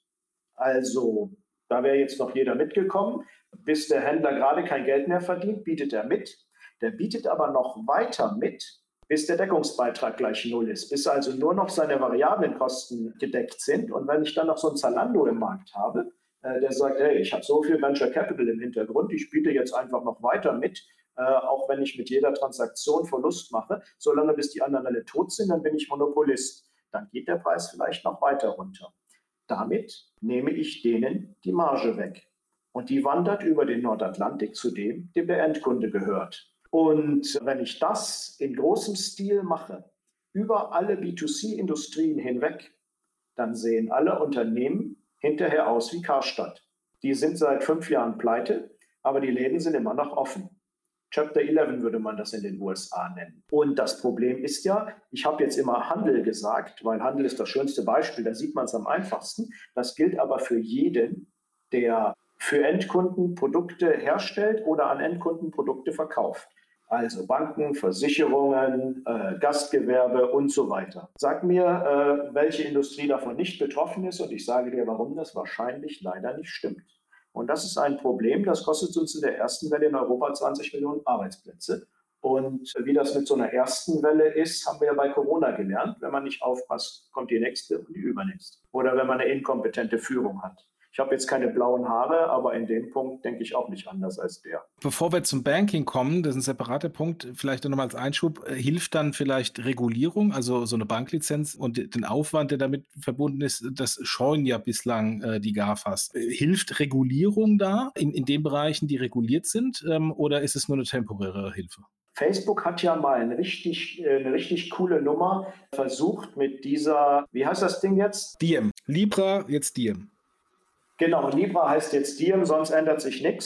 also da wäre jetzt noch jeder mitgekommen, bis der Händler gerade kein Geld mehr verdient, bietet er mit. Der bietet aber noch weiter mit, bis der Deckungsbeitrag gleich null ist, bis also nur noch seine variablen Kosten gedeckt sind. Und wenn ich dann noch so ein Zalando im Markt habe, äh, der sagt, hey, ich habe so viel Venture Capital im Hintergrund, ich biete jetzt einfach noch weiter mit, äh, auch wenn ich mit jeder Transaktion Verlust mache, solange bis die anderen alle tot sind, dann bin ich Monopolist. Dann geht der Preis vielleicht noch weiter runter. Damit nehme ich denen die Marge weg. Und die wandert über den Nordatlantik zu dem, dem der Endkunde gehört. Und wenn ich das in großem Stil mache, über alle B zwei C-Industrien hinweg, dann sehen alle Unternehmen hinterher aus wie Karstadt. Die sind seit fünf Jahren pleite, aber die Läden sind immer noch offen. Chapter elf würde man das in den U S A nennen. Und das Problem ist ja, ich habe jetzt immer Handel gesagt, weil Handel ist das schönste Beispiel, da sieht man es am einfachsten. Das gilt aber für jeden, der für Endkunden Produkte herstellt oder an Endkunden Produkte verkauft. Also Banken, Versicherungen, äh, Gastgewerbe und so weiter. Sag mir, äh, welche Industrie davon nicht betroffen ist und ich sage dir, warum das wahrscheinlich leider nicht stimmt. Und das ist ein Problem, das kostet uns in der ersten Welle in Europa zwanzig Millionen Arbeitsplätze. Und wie das mit so einer ersten Welle ist, haben wir ja bei Corona gelernt. Wenn man nicht aufpasst, kommt die nächste und die übernächste. Oder wenn man eine inkompetente Führung hat. Ich habe jetzt keine blauen Haare, aber in dem Punkt denke ich auch nicht anders als der.
Bevor wir zum Banking kommen, das ist ein separater Punkt, vielleicht nochmal als Einschub, hilft dann vielleicht Regulierung, also so eine Banklizenz und den Aufwand, der damit verbunden ist, das scheuen ja bislang äh, die GAFAs. Hilft Regulierung da in, in den Bereichen, die reguliert sind, ähm, oder ist es nur eine temporäre Hilfe?
Facebook hat ja mal eine richtig, eine richtig coole Nummer versucht mit dieser, wie heißt das Ding jetzt?
Diem. Libra, jetzt Diem.
Genau, Libra heißt jetzt Diem, sonst ändert sich nichts.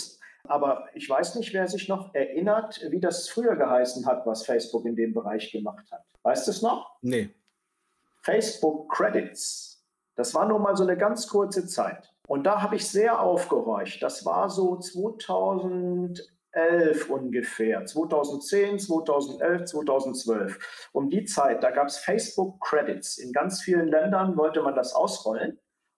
Aber ich weiß nicht, wer sich noch erinnert, wie das früher geheißen hat, was Facebook in dem Bereich gemacht hat. Weißt du es noch?
Nee.
Facebook Credits. Das war nur mal so eine ganz kurze Zeit. Und da habe ich sehr aufgehorcht. Das war so zweitausendelf ungefähr. zweitausendzehn, zweitausendelf, zweitausendzwölf. Um die Zeit, da gab es Facebook Credits. In ganz vielen Ländern wollte man das ausrollen.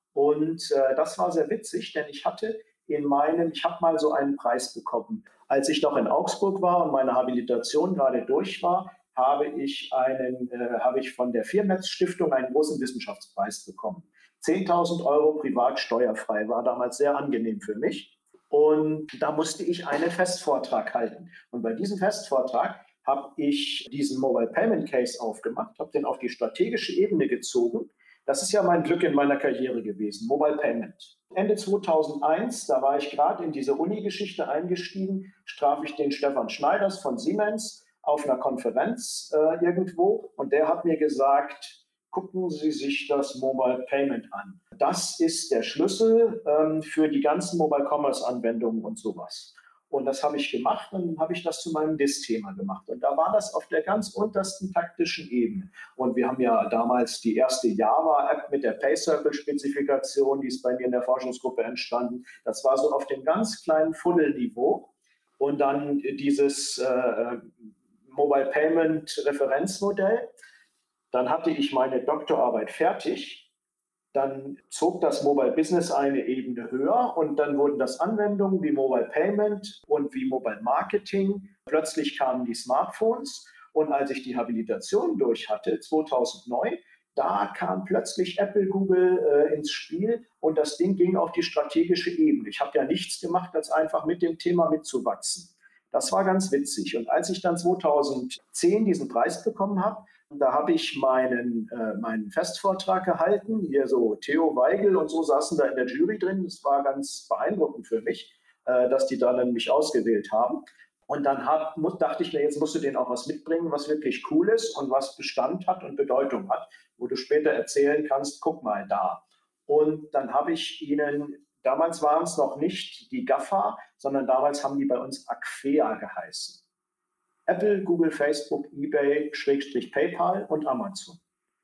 Und äh, das war sehr witzig, denn ich hatte in meinem, ich habe mal so einen Preis bekommen. Als ich noch in Augsburg war und meine Habilitation gerade durch war, habe ich, einen, äh, habe ich von der Firmetz Stiftung einen großen Wissenschaftspreis bekommen. zehntausend Euro privat steuerfrei, war damals sehr angenehm für mich. Und da musste ich einen Festvortrag halten. Und bei diesem Festvortrag habe ich diesen Mobile Payment Case aufgemacht, habe den auf die strategische Ebene gezogen. Das ist ja mein Glück in meiner Karriere gewesen, Mobile Payment. Ende zweitausendeins, da war ich gerade in diese Uni-Geschichte eingestiegen, traf ich den Stefan Schneiders von Siemens auf einer Konferenz äh, irgendwo und der hat mir gesagt, gucken Sie sich das Mobile Payment an. Das ist der Schlüssel ähm, für die ganzen Mobile Commerce Anwendungen und sowas. Und das habe ich gemacht und dann habe ich das zu meinem D I S-Thema gemacht. Und da war das auf der ganz untersten taktischen Ebene. Und wir haben ja damals die erste Java-App mit der PayCircle-Spezifikation, die ist bei mir in der Forschungsgruppe entstanden. Das war so auf dem ganz kleinen Funnel-Niveau. Und dann dieses äh, Mobile Payment Referenzmodell. Dann hatte ich meine Doktorarbeit fertig. Dann zog das Mobile Business eine Ebene höher und dann wurden das Anwendungen wie Mobile Payment und wie Mobile Marketing. Plötzlich kamen die Smartphones und als ich die Habilitation durch hatte, zweitausendneun, da kam plötzlich Apple, Google äh, ins Spiel und das Ding ging auf die strategische Ebene. Ich habe ja nichts gemacht, als einfach mit dem Thema mitzuwachsen. Das war ganz witzig. Und als ich dann zweitausendzehn diesen Preis bekommen habe, da habe ich meinen, äh, meinen Festvortrag gehalten. Hier so Theo Weigel und so saßen da in der Jury drin. Das war ganz beeindruckend für mich, äh, dass die dann mich ausgewählt haben. Und dann hab, dachte ich mir, jetzt musst du denen auch was mitbringen, was wirklich cool ist und was Bestand hat und Bedeutung hat, wo du später erzählen kannst, guck mal da. Und dann habe ich ihnen... Damals waren es noch nicht die GAFA, sondern damals haben die bei uns Acquea geheißen. Apple, Google, Facebook, eBay, Schrägstrich PayPal und Amazon.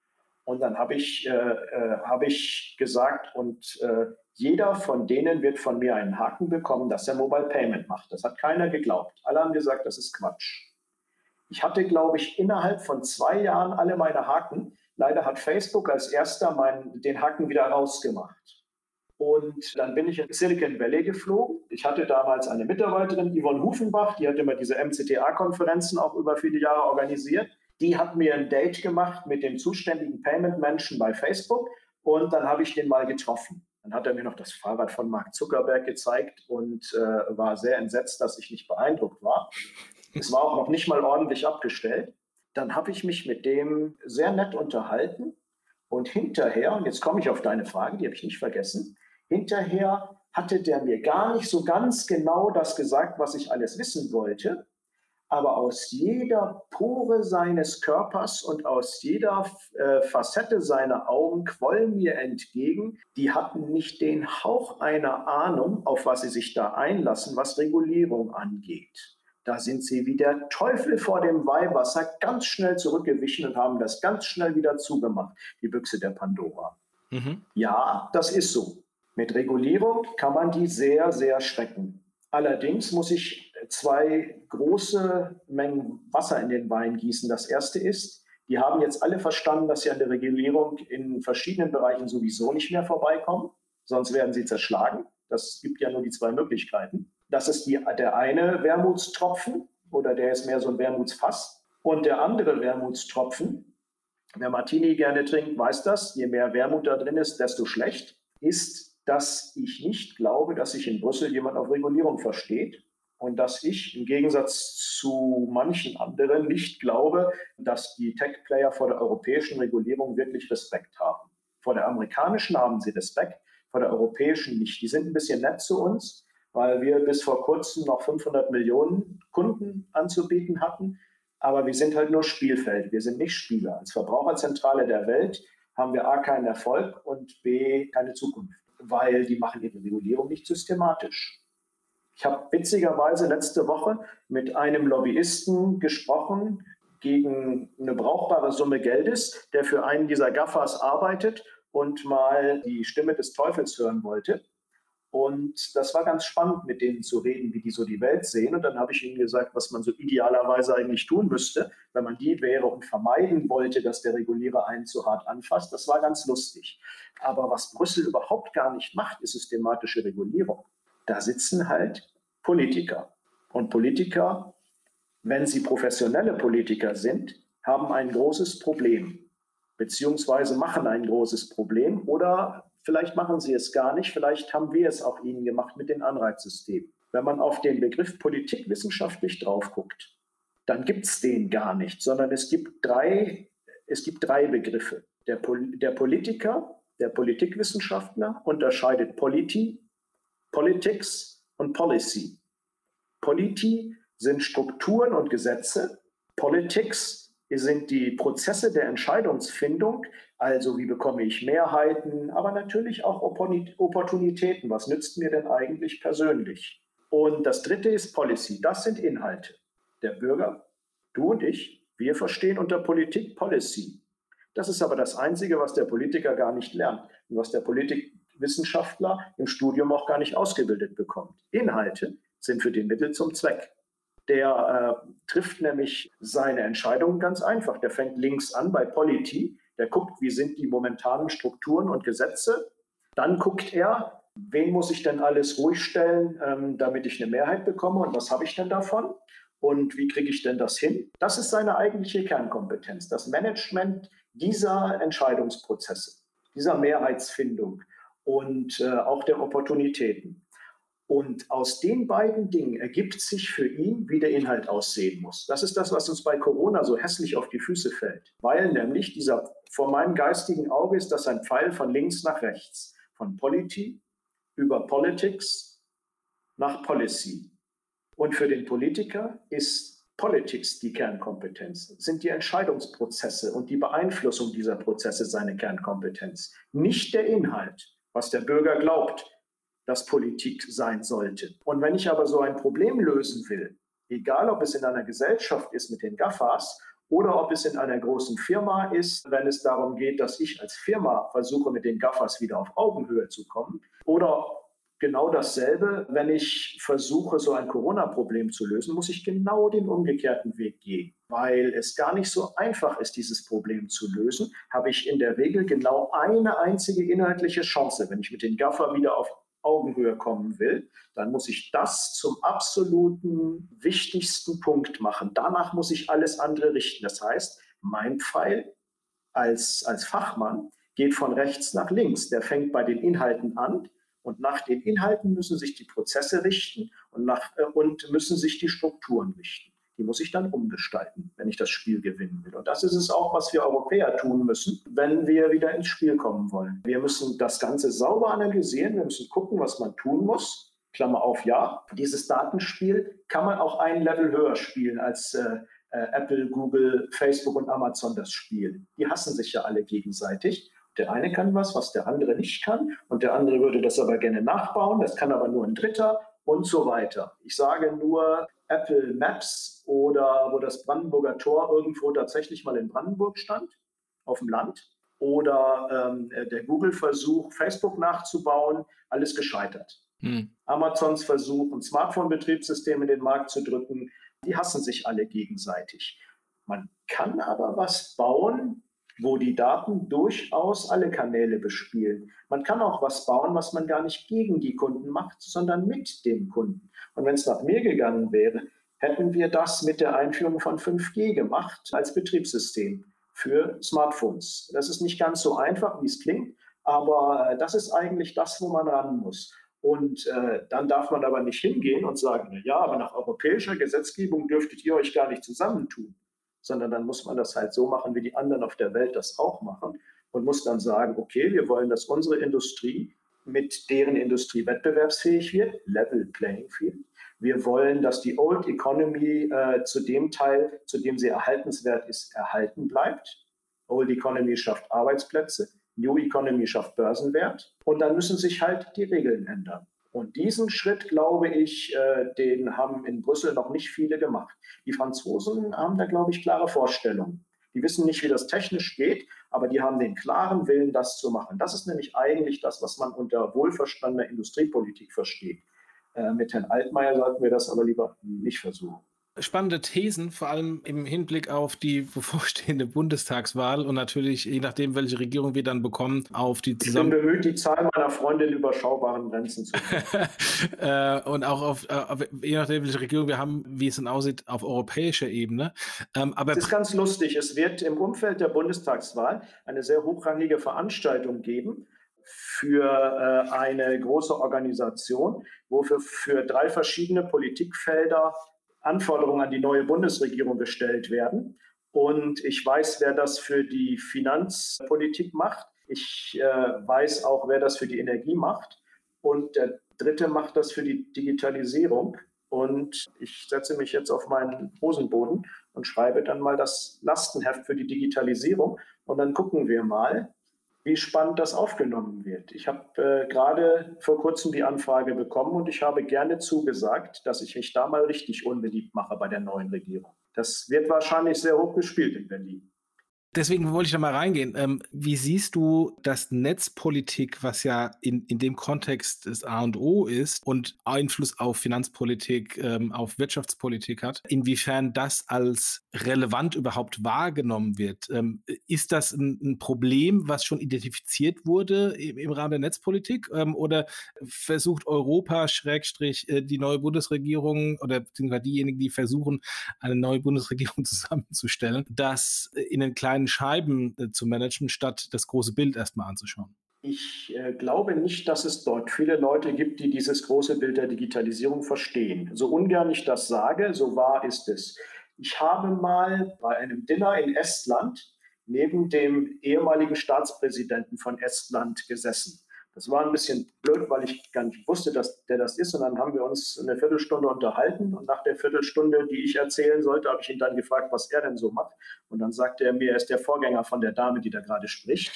Und dann habe ich, äh, äh, hab ich gesagt, und äh, jeder von denen wird von mir einen Haken bekommen, dass er Mobile Payment macht. Das hat keiner geglaubt. Alle haben gesagt, das ist Quatsch. Ich hatte, glaube ich, innerhalb von zwei Jahren alle meine Haken. Leider hat Facebook als erster mein, den Haken wieder rausgemacht. Und dann bin ich in Silicon Valley geflogen. Ich hatte damals eine Mitarbeiterin, Yvonne Hufenbach, die hat immer diese M C T A-Konferenzen auch über viele Jahre organisiert. Die hat mir ein Date gemacht mit dem zuständigen Payment-Menschen bei Facebook und dann habe ich den mal getroffen. Dann hat er mir noch das Fahrrad von Mark Zuckerberg gezeigt und äh, war sehr entsetzt, dass ich nicht beeindruckt war. Es war auch noch nicht mal ordentlich abgestellt. Dann habe ich mich mit dem sehr nett unterhalten und hinterher, und jetzt komme ich auf deine Frage, die habe ich nicht vergessen, hinterher hatte der mir gar nicht so ganz genau das gesagt, was ich alles wissen wollte, aber aus jeder Pore seines Körpers und aus jeder äh, Facette seiner Augen quollen mir entgegen, die hatten nicht den Hauch einer Ahnung, auf was sie sich da einlassen, was Regulierung angeht. Da sind sie wie der Teufel vor dem Weihwasser ganz schnell zurückgewichen und haben das ganz schnell wieder zugemacht, die Büchse der Pandora. Mhm. Ja, das ist so. Mit Regulierung kann man die sehr, sehr schrecken. Allerdings muss ich zwei große Mengen Wasser in den Wein gießen. Das erste ist, die haben jetzt alle verstanden, dass sie an der Regulierung in verschiedenen Bereichen sowieso nicht mehr vorbeikommen, sonst werden sie zerschlagen. Das gibt ja nur die zwei Möglichkeiten. Das ist die, der eine Wermutstropfen oder der ist mehr so ein Wermutsfass. Und der andere Wermutstropfen, wer Martini gerne trinkt, weiß das, je mehr Wermut da drin ist, desto schlecht, ist, dass ich nicht glaube, dass sich in Brüssel jemand auf Regulierung versteht und dass ich im Gegensatz zu manchen anderen nicht glaube, dass die Tech-Player vor der europäischen Regulierung wirklich Respekt haben. Vor der amerikanischen haben sie Respekt, vor der europäischen nicht. Die sind ein bisschen nett zu uns, weil wir bis vor kurzem noch fünfhundert Millionen Kunden anzubieten hatten. Aber wir sind halt nur Spielfeld, wir sind nicht Spieler. Als Verbraucherzentrale der Welt haben wir A, keinen Erfolg und B, keine Zukunft, weil die machen ihre Regulierung nicht systematisch. Ich habe witzigerweise letzte Woche mit einem Lobbyisten gesprochen gegen eine brauchbare Summe Geldes, der für einen dieser GAFAs arbeitet und mal die Stimme des Teufels hören wollte. Und das war ganz spannend, mit denen zu reden, wie die so die Welt sehen. Und dann habe ich ihnen gesagt, was man so idealerweise eigentlich tun müsste, wenn man die wäre und vermeiden wollte, dass der Regulierer einen zu hart anfasst. Das war ganz lustig. Aber was Brüssel überhaupt gar nicht macht, ist systematische Regulierung. Da sitzen halt Politiker. Und Politiker, wenn sie professionelle Politiker sind, haben ein großes Problem, beziehungsweise machen ein großes Problem oder vielleicht machen sie es gar nicht, vielleicht haben wir es auch ihnen gemacht mit den Anreizsystemen. Wenn man auf den Begriff Politik wissenschaftlich drauf guckt, dann gibt es den gar nicht, sondern es gibt drei, es gibt drei Begriffe. Der, Pol- der Politiker, der Politikwissenschaftler unterscheidet Polity, Politics und Policy. Polity sind Strukturen und Gesetze, Politics sind die Prozesse der Entscheidungsfindung, also wie bekomme ich Mehrheiten, aber natürlich auch Opportunitäten. Was nützt mir denn eigentlich persönlich? Und das dritte ist Policy, das sind Inhalte. Der Bürger, du und ich, wir verstehen unter Politik Policy. Das ist aber das Einzige, was der Politiker gar nicht lernt und was der Politikwissenschaftler im Studium auch gar nicht ausgebildet bekommt. Inhalte sind für den Mittel zum Zweck. Der äh, trifft nämlich seine Entscheidungen ganz einfach. Der fängt links an bei Polity, der guckt, wie sind die momentanen Strukturen und Gesetze. Dann guckt er, wen muss ich denn alles ruhig stellen, ähm, damit ich eine Mehrheit bekomme und was habe ich denn davon und wie kriege ich denn das hin? Das ist seine eigentliche Kernkompetenz, das Management dieser Entscheidungsprozesse, dieser Mehrheitsfindung und äh, auch der Opportunitäten. Und aus den beiden Dingen ergibt sich für ihn, wie der Inhalt aussehen muss. Das ist das, was uns bei Corona so hässlich auf die Füße fällt. Weil nämlich dieser, vor meinem geistigen Auge ist das ein Pfeil von links nach rechts. Von Polity über Politics nach Policy. Und für den Politiker ist Politics die Kernkompetenz, sind die Entscheidungsprozesse und die Beeinflussung dieser Prozesse seine Kernkompetenz. Nicht der Inhalt, was der Bürger glaubt, dass Politik sein sollte. Und wenn ich aber so ein Problem lösen will, egal ob es in einer Gesellschaft ist mit den GAFAs oder ob es in einer großen Firma ist, wenn es darum geht, dass ich als Firma versuche, mit den GAFAs wieder auf Augenhöhe zu kommen, oder genau dasselbe, wenn ich versuche, so ein Corona-Problem zu lösen, muss ich genau den umgekehrten Weg gehen. Weil es gar nicht so einfach ist, dieses Problem zu lösen, habe ich in der Regel genau eine einzige inhaltliche Chance. Wenn ich mit den GAFA wieder auf Augenhöhe kommen will, dann muss ich das zum absoluten wichtigsten Punkt machen. Danach muss ich alles andere richten. Das heißt, mein Pfeil als, als Fachmann geht von rechts nach links. Der fängt bei den Inhalten an und nach den Inhalten müssen sich die Prozesse richten und, nach, äh, und müssen sich die Strukturen richten. Die muss ich dann umgestalten, wenn ich das Spiel gewinnen will. Und das ist es auch, was wir Europäer tun müssen, wenn wir wieder ins Spiel kommen wollen. Wir müssen das Ganze sauber analysieren, wir müssen gucken, was man tun muss. Klammer auf, ja, dieses Datenspiel kann man auch ein Level höher spielen, als äh, äh, Apple, Google, Facebook und Amazon das spielen. Die hassen sich ja alle gegenseitig. Der eine kann was, was der andere nicht kann. Und der andere würde das aber gerne nachbauen. Das kann aber nur ein Dritter und so weiter. Ich sage nur Apple Maps oder wo das Brandenburger Tor irgendwo tatsächlich mal in Brandenburg stand, auf dem Land. Oder ähm, der Google-Versuch, Facebook nachzubauen, alles gescheitert. Hm. Amazons Versuch, ein Smartphone-Betriebssystem in den Markt zu drücken, die hassen sich alle gegenseitig. Man kann aber was bauen, wo die Daten durchaus alle Kanäle bespielen. Man kann auch was bauen, was man gar nicht gegen die Kunden macht, sondern mit den Kunden. Und wenn es nach mir gegangen wäre, hätten wir das mit der Einführung von fünf G gemacht als Betriebssystem für Smartphones. Das ist nicht ganz so einfach, wie es klingt, aber das ist eigentlich das, wo man ran muss. Und äh, dann darf man aber nicht hingehen und sagen, na ja, aber nach europäischer Gesetzgebung dürftet ihr euch gar nicht zusammentun. Sondern dann muss man das halt so machen, wie die anderen auf der Welt das auch machen und muss dann sagen, okay, wir wollen, dass unsere Industrie mit deren Industrie wettbewerbsfähig wird, Level Playing Field. Wir wollen, dass die Old Economy äh, zu dem Teil, zu dem sie erhaltenswert ist, erhalten bleibt. Old Economy schafft Arbeitsplätze, New Economy schafft Börsenwert und dann müssen sich halt die Regeln ändern. Und diesen Schritt, glaube ich, äh, den haben in Brüssel noch nicht viele gemacht. Die Franzosen haben da, glaube ich, klare Vorstellungen. Die wissen nicht, wie das technisch geht, aber die haben den klaren Willen, das zu machen. Das ist nämlich eigentlich das, was man unter wohlverstandener Industriepolitik versteht. Äh, mit Herrn Altmaier sollten wir das aber lieber nicht versuchen.
Spannende Thesen, vor allem im Hinblick auf die bevorstehende Bundestagswahl und natürlich, je nachdem, welche Regierung wir dann bekommen, auf die
zusammen. Ich bin bemüht, die Zahl meiner Freunde in überschaubaren Grenzen zu
äh, und auch auf, auf, je nachdem, welche Regierung wir haben, wie es dann aussieht, auf europäischer Ebene.
Ähm, aber es ist ganz lustig. Es wird im Umfeld der Bundestagswahl eine sehr hochrangige Veranstaltung geben für äh, eine große Organisation, wo für, für drei verschiedene Politikfelder Anforderungen an die neue Bundesregierung gestellt werden. Und ich weiß, wer das für die Finanzpolitik macht. Ich äh, weiß auch, wer das für die Energie macht. Und der Dritte macht das für die Digitalisierung. Und ich setze mich jetzt auf meinen Hosenboden und schreibe dann mal das Lastenheft für die Digitalisierung. Und dann gucken wir mal, wie spannend das aufgenommen wird. Ich habe äh, gerade vor kurzem die Anfrage bekommen und ich habe gerne zugesagt, dass ich mich da mal richtig unbeliebt mache bei der neuen Regierung. Das wird wahrscheinlich sehr hoch gespielt in Berlin.
Deswegen wollte ich da mal reingehen. Ähm, wie siehst du, dass Netzpolitik, was ja in, in dem Kontext das A und O ist und Einfluss auf Finanzpolitik, ähm, auf Wirtschaftspolitik hat, inwiefern das als relevant überhaupt wahrgenommen wird? Ähm, ist das ein, ein Problem, was schon identifiziert wurde im, im Rahmen der Netzpolitik? Ähm, oder versucht Europa, Schrägstrich, äh, die neue Bundesregierung oder beziehungsweise diejenigen, die versuchen, eine neue Bundesregierung zusammenzustellen, das in den kleinen Scheiben äh, zu managen, statt das große Bild erstmal anzuschauen?
Ich äh, glaube nicht, dass es dort viele Leute gibt, die dieses große Bild der Digitalisierung verstehen. So ungern ich das sage, so wahr ist es. Ich habe mal bei einem Dinner in Estland neben dem ehemaligen Staatspräsidenten von Estland gesessen. Das war ein bisschen blöd, weil ich gar nicht wusste, dass der das ist. Und dann haben wir uns eine Viertelstunde unterhalten. Und nach der Viertelstunde, die ich erzählen sollte, habe ich ihn dann gefragt, was er denn so macht. Und dann sagte er mir, er ist der Vorgänger von der Dame, die da gerade spricht.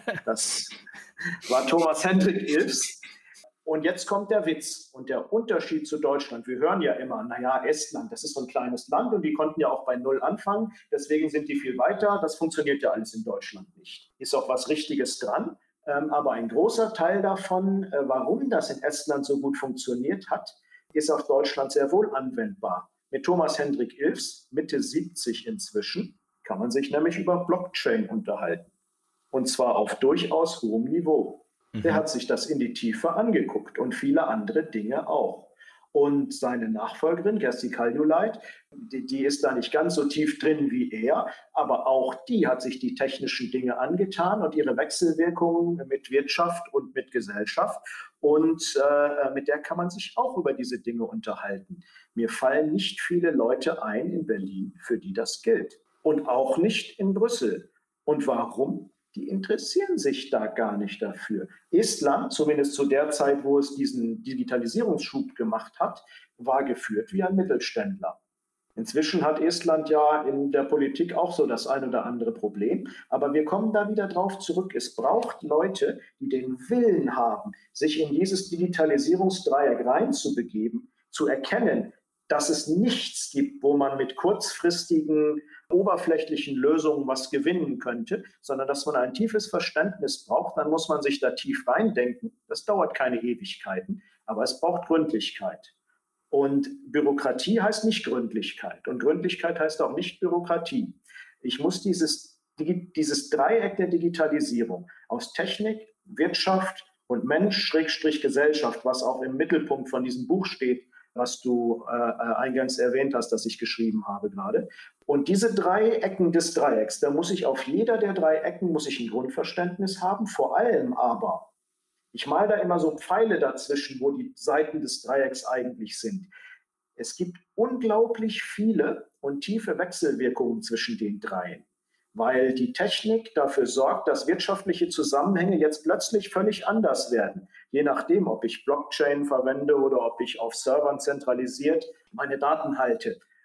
Das war Thomas Hendrik Ilves. Und jetzt kommt der Witz und der Unterschied zu Deutschland. Wir hören ja immer, naja, Estland, das ist so ein kleines Land und die konnten ja auch bei Null anfangen. Deswegen sind die viel weiter. Das funktioniert ja alles in Deutschland nicht. Ist auch was Richtiges dran. Aber ein großer Teil davon, warum das in Estland so gut funktioniert hat, ist auf Deutschland sehr wohl anwendbar. Mit Thomas Hendrik Ilves, Mitte siebzig inzwischen, kann man sich nämlich über Blockchain unterhalten. Und zwar auf durchaus hohem Niveau. Mhm. Der hat sich das in die Tiefe angeguckt und viele andere Dinge auch. Und seine Nachfolgerin, Kersti Kaljulaid, die, die ist da nicht ganz so tief drin wie er, aber auch die hat sich die technischen Dinge angetan und ihre Wechselwirkungen mit Wirtschaft und mit Gesellschaft. Und äh, mit der kann man sich auch über diese Dinge unterhalten. Mir fallen nicht viele Leute ein in Berlin, für die das gilt. Und auch nicht in Brüssel. Und warum? Die interessieren sich da gar nicht dafür. Estland, zumindest zu der Zeit, wo es diesen Digitalisierungsschub gemacht hat, war geführt wie ein Mittelständler. Inzwischen hat Estland ja in der Politik auch so das ein oder andere Problem. Aber wir kommen da wieder drauf zurück. Es braucht Leute, die den Willen haben, sich in dieses Digitalisierungsdreieck reinzubegeben, zu erkennen, dass es nichts gibt, wo man mit kurzfristigen, oberflächlichen Lösungen was gewinnen könnte, sondern dass man ein tiefes Verständnis braucht. Dann muss man sich da tief reindenken. Das dauert keine Ewigkeiten, aber es braucht Gründlichkeit. Und Bürokratie heißt nicht Gründlichkeit. Und Gründlichkeit heißt auch nicht Bürokratie. Ich muss dieses, dieses Dreieck der Digitalisierung aus Technik, Wirtschaft und Mensch, Schrägstrich Gesellschaft, was auch im Mittelpunkt von diesem Buch steht, was du äh, eingangs erwähnt hast, das ich geschrieben habe gerade. Und diese drei Ecken des Dreiecks, da muss ich auf jeder der drei Ecken muss ich ein Grundverständnis haben, vor allem aber, ich male da immer so Pfeile dazwischen, wo die Seiten des Dreiecks eigentlich sind. Es gibt unglaublich viele und tiefe Wechselwirkungen zwischen den dreien, weil die Technik dafür sorgt, dass wirtschaftliche Zusammenhänge jetzt plötzlich völlig anders werden. Je nachdem, ob ich Blockchain verwende oder ob ich auf Servern zentralisiert meine Daten halte.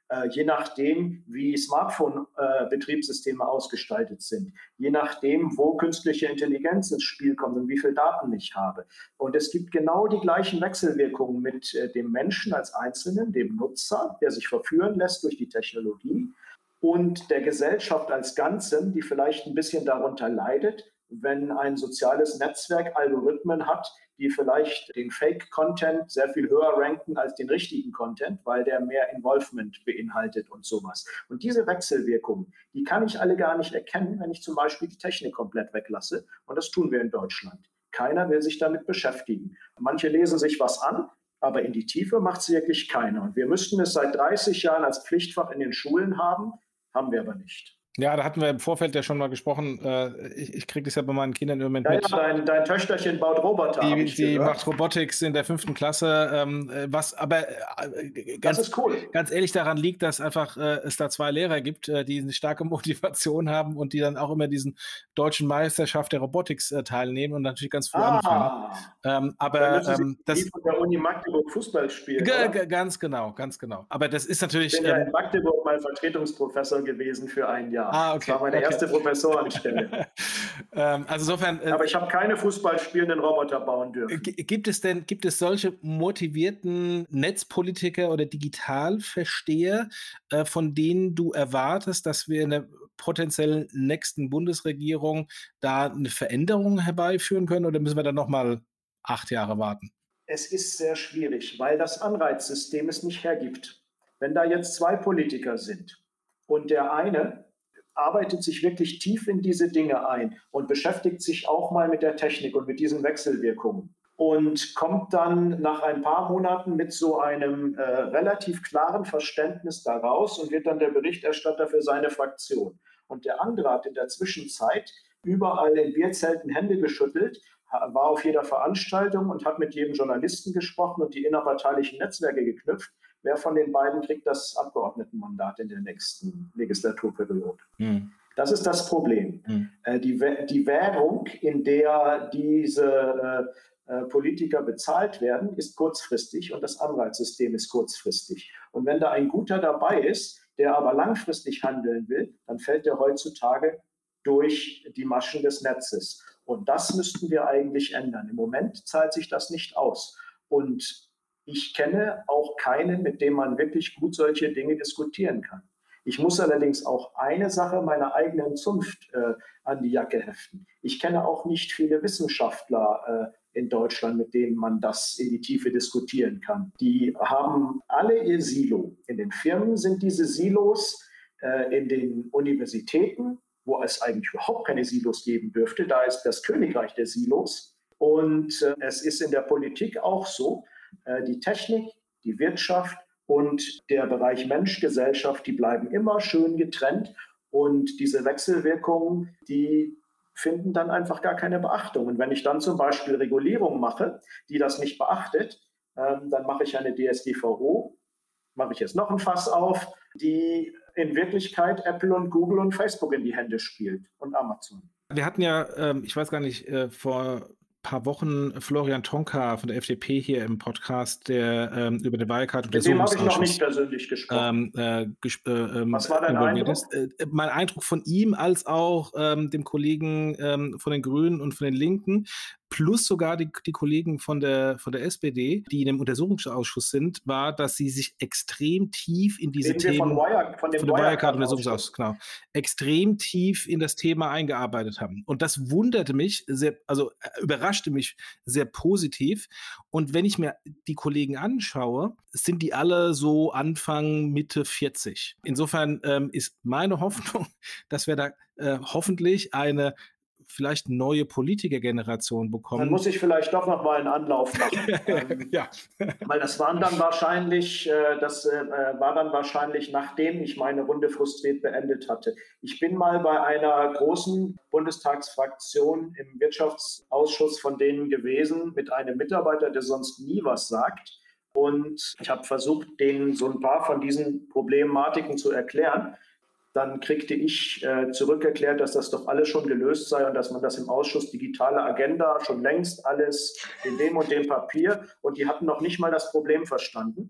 Äh, je nachdem, wie Smartphone-Betriebssysteme äh, ausgestaltet sind, je nachdem, wo künstliche Intelligenz ins Spiel kommt und wie viele Daten ich habe. Und es gibt genau die gleichen Wechselwirkungen mit äh, dem Menschen als Einzelnen, dem Nutzer, der sich verführen lässt durch die Technologie, und der Gesellschaft als Ganzem, die vielleicht ein bisschen darunter leidet, wenn ein soziales Netzwerk Algorithmen hat, die vielleicht den Fake-Content sehr viel höher ranken als den richtigen Content, weil der mehr Involvement beinhaltet und sowas. Und diese Wechselwirkungen, die kann ich alle gar nicht erkennen, wenn ich zum Beispiel die Technik komplett weglasse. Und das tun wir in Deutschland. Keiner will sich damit beschäftigen. Manche lesen sich was an, aber in die Tiefe macht es wirklich keiner. Und wir müssten es seit dreißig Jahren als Pflichtfach in den Schulen haben, haben wir aber nicht.
Ja, da hatten wir im Vorfeld ja schon mal gesprochen. Äh, ich ich kriege das ja bei meinen Kindern im Moment
Ja,
mit.
ja, dein, dein Töchterchen baut Roboter, hab
Die,
ich
die
gehört.
macht Robotics in der fünften Klasse, ähm, äh, was aber äh, ganz,
Das ist cool.
ganz ehrlich daran liegt, dass einfach äh, es da zwei Lehrer gibt, äh, die eine starke Motivation haben und die dann auch immer diesen deutschen Meisterschaft der Robotics äh, teilnehmen und natürlich ganz früh
Ah,
anfangen. Ähm,
dann
aber
müssen Sie
ähm, das
die von der Uni Magdeburg Fußball spielen,
G-
oder?
g- ganz genau, ganz genau. Aber das ist
Ich
natürlich.
bin ja in
Ähm,
Magdeburg mal Vertretungsprofessor gewesen für ein Jahr.
ah,
Das war
okay.
meine
okay.
erste Professorenstelle.
ähm, also insofern. Äh,
Aber ich habe keine Fußball spielenden Roboter bauen dürfen.
G- Gibt es denn, gibt es solche motivierten Netzpolitiker oder Digitalversteher, äh, von denen du erwartest, dass wir in der potenziellen nächsten Bundesregierung da eine Veränderung herbeiführen können, oder müssen wir dann nochmal acht Jahre warten?
Es ist sehr schwierig, weil das Anreizsystem es nicht hergibt. Wenn da jetzt zwei Politiker sind und der eine arbeitet sich wirklich tief in diese Dinge ein und beschäftigt sich auch mal mit der Technik und mit diesen Wechselwirkungen und kommt dann nach ein paar Monaten mit so einem äh, relativ klaren Verständnis daraus und wird dann der Berichterstatter für seine Fraktion. Und der andere hat in der Zwischenzeit überall in Bierzelten Hände geschüttelt, war auf jeder Veranstaltung und hat mit jedem Journalisten gesprochen und die innerparteilichen Netzwerke geknüpft. Wer von den beiden kriegt das Abgeordnetenmandat in der nächsten Legislaturperiode? Hm. Das ist das Problem. Hm. Äh, die, die Währung, in der diese äh, Politiker bezahlt werden, ist kurzfristig und das Anreizsystem ist kurzfristig. Und wenn da ein Guter dabei ist, der aber langfristig handeln will, dann fällt der heutzutage durch die Maschen des Netzes. Und das müssten wir eigentlich ändern. Im Moment zahlt sich das nicht aus. Und ich kenne auch keinen, mit dem man wirklich gut solche Dinge diskutieren kann. Ich muss allerdings auch eine Sache meiner eigenen Zunft äh, an die Jacke heften. Ich kenne auch nicht viele Wissenschaftler äh, in Deutschland, mit denen man das in die Tiefe diskutieren kann. Die haben alle ihr Silo. In den Firmen sind diese Silos, äh, in den Universitäten, wo es eigentlich überhaupt keine Silos geben dürfte. Da ist das Königreich der Silos. Und äh, es ist in der Politik auch so, äh, die Technik, die Wirtschaft und der Bereich Mensch, Gesellschaft, die bleiben immer schön getrennt. Und diese Wechselwirkungen, die finden dann einfach gar keine Beachtung. Und wenn ich dann zum Beispiel Regulierung mache, die das nicht beachtet, ähm, dann mache ich eine D S G V O, mache ich jetzt noch ein Fass auf, die in Wirklichkeit Apple und Google und Facebook in die Hände spielt und Amazon.
Wir hatten ja, ähm, ich weiß gar nicht, äh, vor paar Wochen Florian Tonka von der F D P hier im Podcast, der ähm, über den Wirecard-Untersuchungsausschuss.
Mit dem habe ich noch nicht persönlich gesprochen.
Ähm, äh, gesp äh,
Was war dein Eindruck?
Ist. Äh, mein Eindruck von ihm als auch ähm, dem Kollegen ähm, von den Grünen und von den Linken, plus sogar die, die Kollegen von der, von der S P D, die in dem Untersuchungsausschuss sind, war, dass sie sich extrem tief in diese
Reden
Themen,
wir von, Wire, von dem
von dem
Wirecard-Untersuchungsausschuss,
genau, extrem tief in das Thema eingearbeitet haben. Und das wunderte mich sehr, also überraschte mich sehr positiv. Und wenn ich mir die Kollegen anschaue, sind die alle so Anfang, Mitte vierzig. Insofern ähm, ist meine Hoffnung, dass wir da äh, hoffentlich eine vielleicht neue Politikergeneration bekommen.
Dann muss ich vielleicht doch noch mal einen Anlauf machen. ähm,
ja.
Weil das waren dann wahrscheinlich, äh, das äh, war dann wahrscheinlich, nachdem ich meine Runde frustriert beendet hatte. Ich bin mal bei einer großen Bundestagsfraktion im Wirtschaftsausschuss von denen gewesen, mit einem Mitarbeiter, der sonst nie was sagt. Und ich habe versucht, denen so ein paar von diesen Problematiken zu erklären. Dann kriegte ich äh, zurückerklärt, dass das doch alles schon gelöst sei und dass man das im Ausschuss digitale Agenda schon längst alles in dem und dem Papier, und die hatten noch nicht mal das Problem verstanden.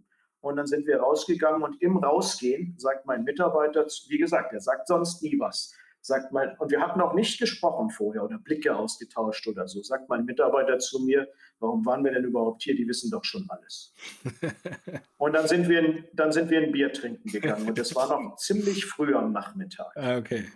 Und dann sind wir rausgegangen und im Rausgehen sagt mein Mitarbeiter, wie gesagt, er sagt sonst nie was, sagt mein, und wir hatten auch nicht gesprochen vorher oder Blicke ausgetauscht oder so, sagt mein Mitarbeiter zu mir, warum waren wir denn überhaupt hier? Die wissen doch schon alles. Und dann sind wir, dann sind wir ein Bier trinken gegangen und das war noch ziemlich früh am Nachmittag.
Okay.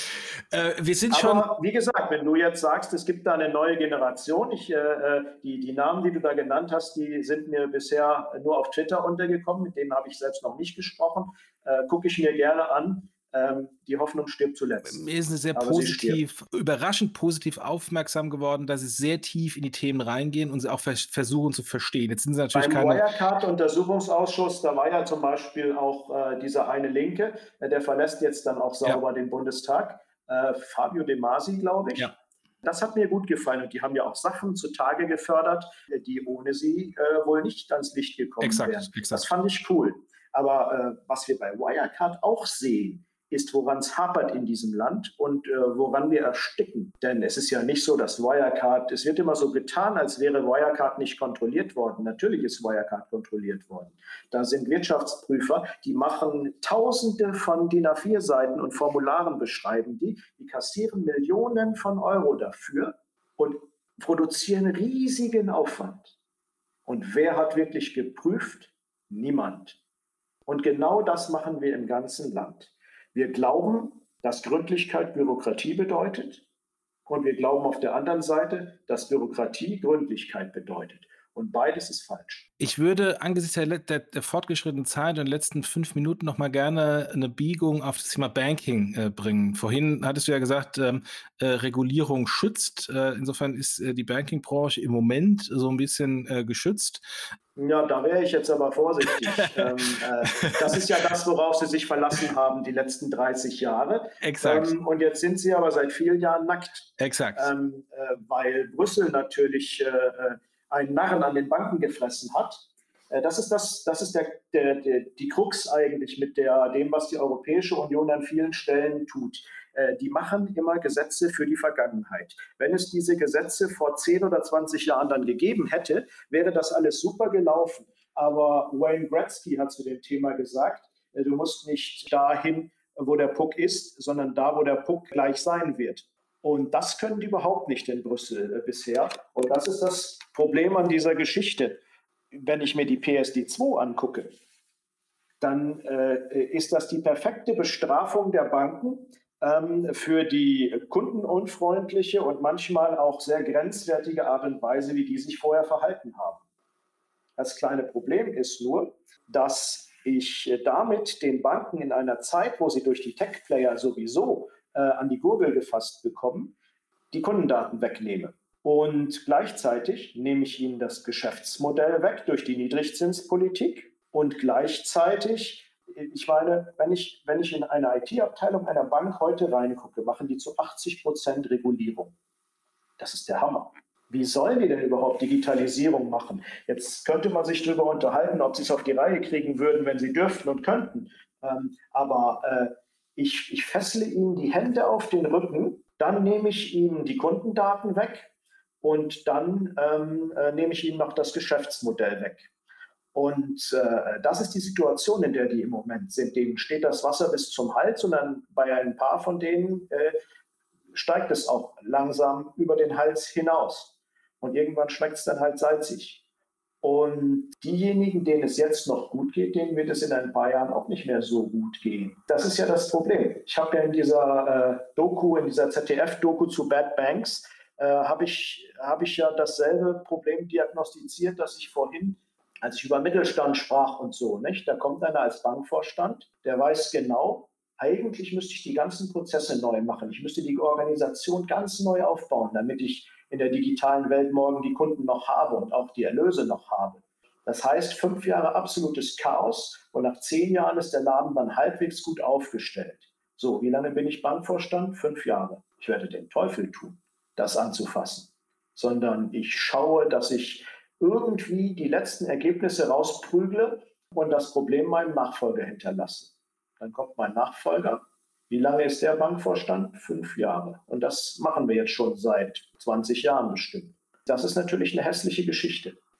Äh, wir sind
Aber
schon.
Wie gesagt, wenn du jetzt sagst, es gibt da eine neue Generation, ich, äh, die, die Namen, die du da genannt hast, die sind mir bisher nur auf Twitter untergekommen, mit denen habe ich selbst noch nicht gesprochen, äh, gucke ich mir gerne an. Ähm, die Hoffnung stirbt zuletzt.
Mir ist eine sehr
Aber sie
positiv, überraschend positiv aufmerksam geworden, dass sie sehr tief in die Themen reingehen und sie auch vers- versuchen zu verstehen. Jetzt sind sie natürlich
Beim
keine.
Wirecard-Untersuchungsausschuss, da war ja zum Beispiel auch äh, dieser eine Linke, äh, der verlässt jetzt dann auch sauber
Ja.
den Bundestag, äh, Fabio De Masi, glaube ich.
Ja.
Das hat mir gut gefallen und die haben ja auch Sachen zutage gefördert, äh, die ohne sie äh, wohl nicht ans Licht gekommen
Exakt,
wären.
exakt.
Das fand ich cool. Aber äh, was wir bei Wirecard auch sehen, ist, woran es hapert in diesem Land und äh, woran wir ersticken. Denn es ist ja nicht so, dass Wirecard, es wird immer so getan, als wäre Wirecard nicht kontrolliert worden. Natürlich ist Wirecard kontrolliert worden. Da sind Wirtschaftsprüfer, die machen Tausende von D I N A vier Seiten und Formularen beschreiben die, die kassieren Millionen von Euro dafür und produzieren riesigen Aufwand. Und wer hat wirklich geprüft? Niemand. Und genau das machen wir im ganzen Land. Wir glauben, dass Gründlichkeit Bürokratie bedeutet und wir glauben auf der anderen Seite, dass Bürokratie Gründlichkeit bedeutet. Und beides ist falsch.
Ich würde angesichts der, der, der fortgeschrittenen Zeit und den letzten fünf Minuten noch mal gerne eine Biegung auf das Thema Banking äh, bringen. Vorhin hattest du ja gesagt, ähm, äh, Regulierung schützt. Äh, insofern ist äh, die Bankingbranche im Moment so ein bisschen äh, geschützt.
Ja, da wäre ich jetzt aber vorsichtig. ähm, äh, das ist ja das, worauf sie sich verlassen haben die letzten dreißig Jahre.
Exakt.
Ähm, und jetzt sind sie aber seit vielen Jahren nackt.
Exakt.
Ähm, äh, weil Brüssel natürlich äh, einen Narren an den Banken gefressen hat. Äh, das ist, das, das ist der, der, der, die Krux eigentlich mit der, dem, was die Europäische Union an vielen Stellen tut. Äh, die machen immer Gesetze für die Vergangenheit. Wenn es diese Gesetze vor zehn oder zwanzig Jahren dann gegeben hätte, wäre das alles super gelaufen. Aber Wayne Gretzky hat zu dem Thema gesagt, äh, du musst nicht dahin, wo der Puck ist, sondern da, wo der Puck gleich sein wird. Und das können die überhaupt nicht in Brüssel äh, bisher. Und das ist das Problem an dieser Geschichte. Wenn ich mir die P S D zwei angucke, dann äh, ist das die perfekte Bestrafung der Banken ähm, für die kundenunfreundliche und manchmal auch sehr grenzwertige Art und Weise, wie die sich vorher verhalten haben. Das kleine Problem ist nur, dass ich damit den Banken in einer Zeit, wo sie durch die Tech-Player sowieso äh, an die Gurgel gefasst bekommen, die Kundendaten wegnehme. Und gleichzeitig nehme ich ihnen das Geschäftsmodell weg durch die Niedrigzinspolitik. Und gleichzeitig, ich meine, wenn ich, wenn ich in eine I T-Abteilung einer Bank heute reingucke, machen die zu achtzig Prozent Regulierung. Das ist der Hammer. Wie sollen die denn überhaupt Digitalisierung machen? Jetzt könnte man sich darüber unterhalten, ob sie es auf die Reihe kriegen würden, wenn sie dürften und könnten. Ähm, aber äh, ich, ich fessle ihnen die Hände auf den Rücken, dann nehme ich ihnen die Kundendaten weg und dann ähm, äh, nehme ich ihnen noch das Geschäftsmodell weg. Und äh, das ist die Situation, in der die im Moment sind. Denen steht das Wasser bis zum Hals und dann bei ein paar von denen äh, steigt es auch langsam über den Hals hinaus. Und irgendwann schmeckt es dann halt salzig. Und diejenigen, denen es jetzt noch gut geht, denen wird es in ein paar Jahren auch nicht mehr so gut gehen. Das ist ja das Problem. Ich habe ja in dieser äh, Doku, in dieser Z D F-Doku zu Bad Banks, äh, habe ich, hab ich ja dasselbe Problem diagnostiziert, das ich vorhin, als ich über Mittelstand sprach und so, nicht? Da kommt einer als Bankvorstand, der weiß genau, eigentlich müsste ich die ganzen Prozesse neu machen. Ich müsste die Organisation ganz neu aufbauen, damit ich in der digitalen Welt morgen die Kunden noch habe und auch die Erlöse noch habe. Das heißt, fünf Jahre absolutes Chaos und nach zehn Jahren ist der Laden dann halbwegs gut aufgestellt. So, wie lange bin ich Bankvorstand? Fünf Jahre. Ich werde den Teufel tun, das anzufassen. Sondern ich schaue, dass ich irgendwie die letzten Ergebnisse rausprügle und das Problem meinem Nachfolger hinterlasse. Dann kommt mein Nachfolger. Wie lange ist der Bankvorstand? Fünf Jahre. Und das machen wir jetzt schon seit zwanzig Jahren bestimmt. Das ist natürlich eine hässliche Geschichte.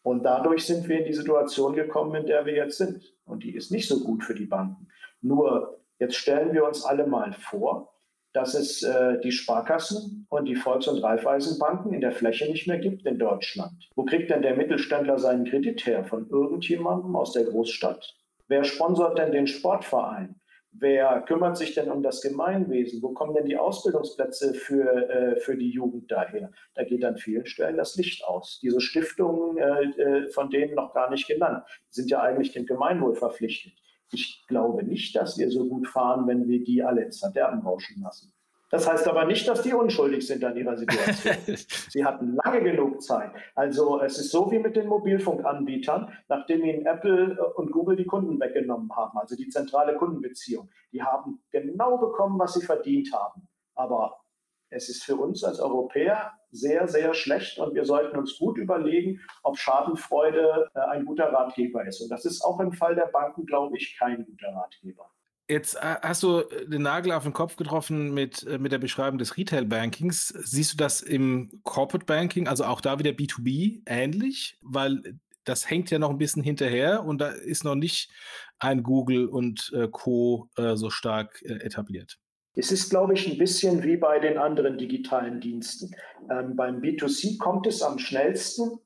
Und dadurch sind wir in die Situation gekommen, in der wir jetzt sind. Und die ist nicht so gut für die Banken. Nur, jetzt stellen wir uns alle mal vor, dass es äh, die Sparkassen und die Volks- und Raiffeisenbanken in der Fläche nicht mehr gibt in Deutschland. Wo kriegt denn der Mittelständler seinen Kredit her? Von irgendjemandem aus der Großstadt? Wer sponsert denn den Sportverein? Wer kümmert sich denn um das Gemeinwesen? Wo kommen denn die Ausbildungsplätze für, äh, für die Jugend daher? Da geht an vielen Stellen das Licht aus. Diese Stiftungen, äh, von denen noch gar nicht genannt, sind ja eigentlich dem Gemeinwohl verpflichtet. Ich glaube nicht, dass wir so gut fahren, wenn wir die alle ins Verderben rauschen lassen. Das heißt aber nicht, dass die unschuldig sind an ihrer Situation. Sie hatten lange genug Zeit. Also es ist so wie mit den Mobilfunkanbietern, nachdem ihnen Apple und Google die Kunden weggenommen haben, also die zentrale Kundenbeziehung. Die haben genau bekommen, was sie verdient haben. Aber es ist für uns als Europäer sehr, sehr schlecht und wir sollten uns gut überlegen, ob Schadenfreude äh, ein guter Ratgeber ist. Und das ist auch im Fall der Banken, glaube ich, kein guter Ratgeber.
Jetzt hast du den Nagel auf den Kopf getroffen mit, mit der Beschreibung des Retail-Bankings. Siehst du das im Corporate Banking, also auch da wieder B zwei B, ähnlich? Weil das hängt ja noch ein bisschen hinterher und da ist noch nicht ein Google und äh, Co. Äh, so stark äh, etabliert.
Es ist, glaube ich, ein bisschen wie bei den anderen digitalen Diensten. Ähm, beim B zwei C kommt es am schnellsten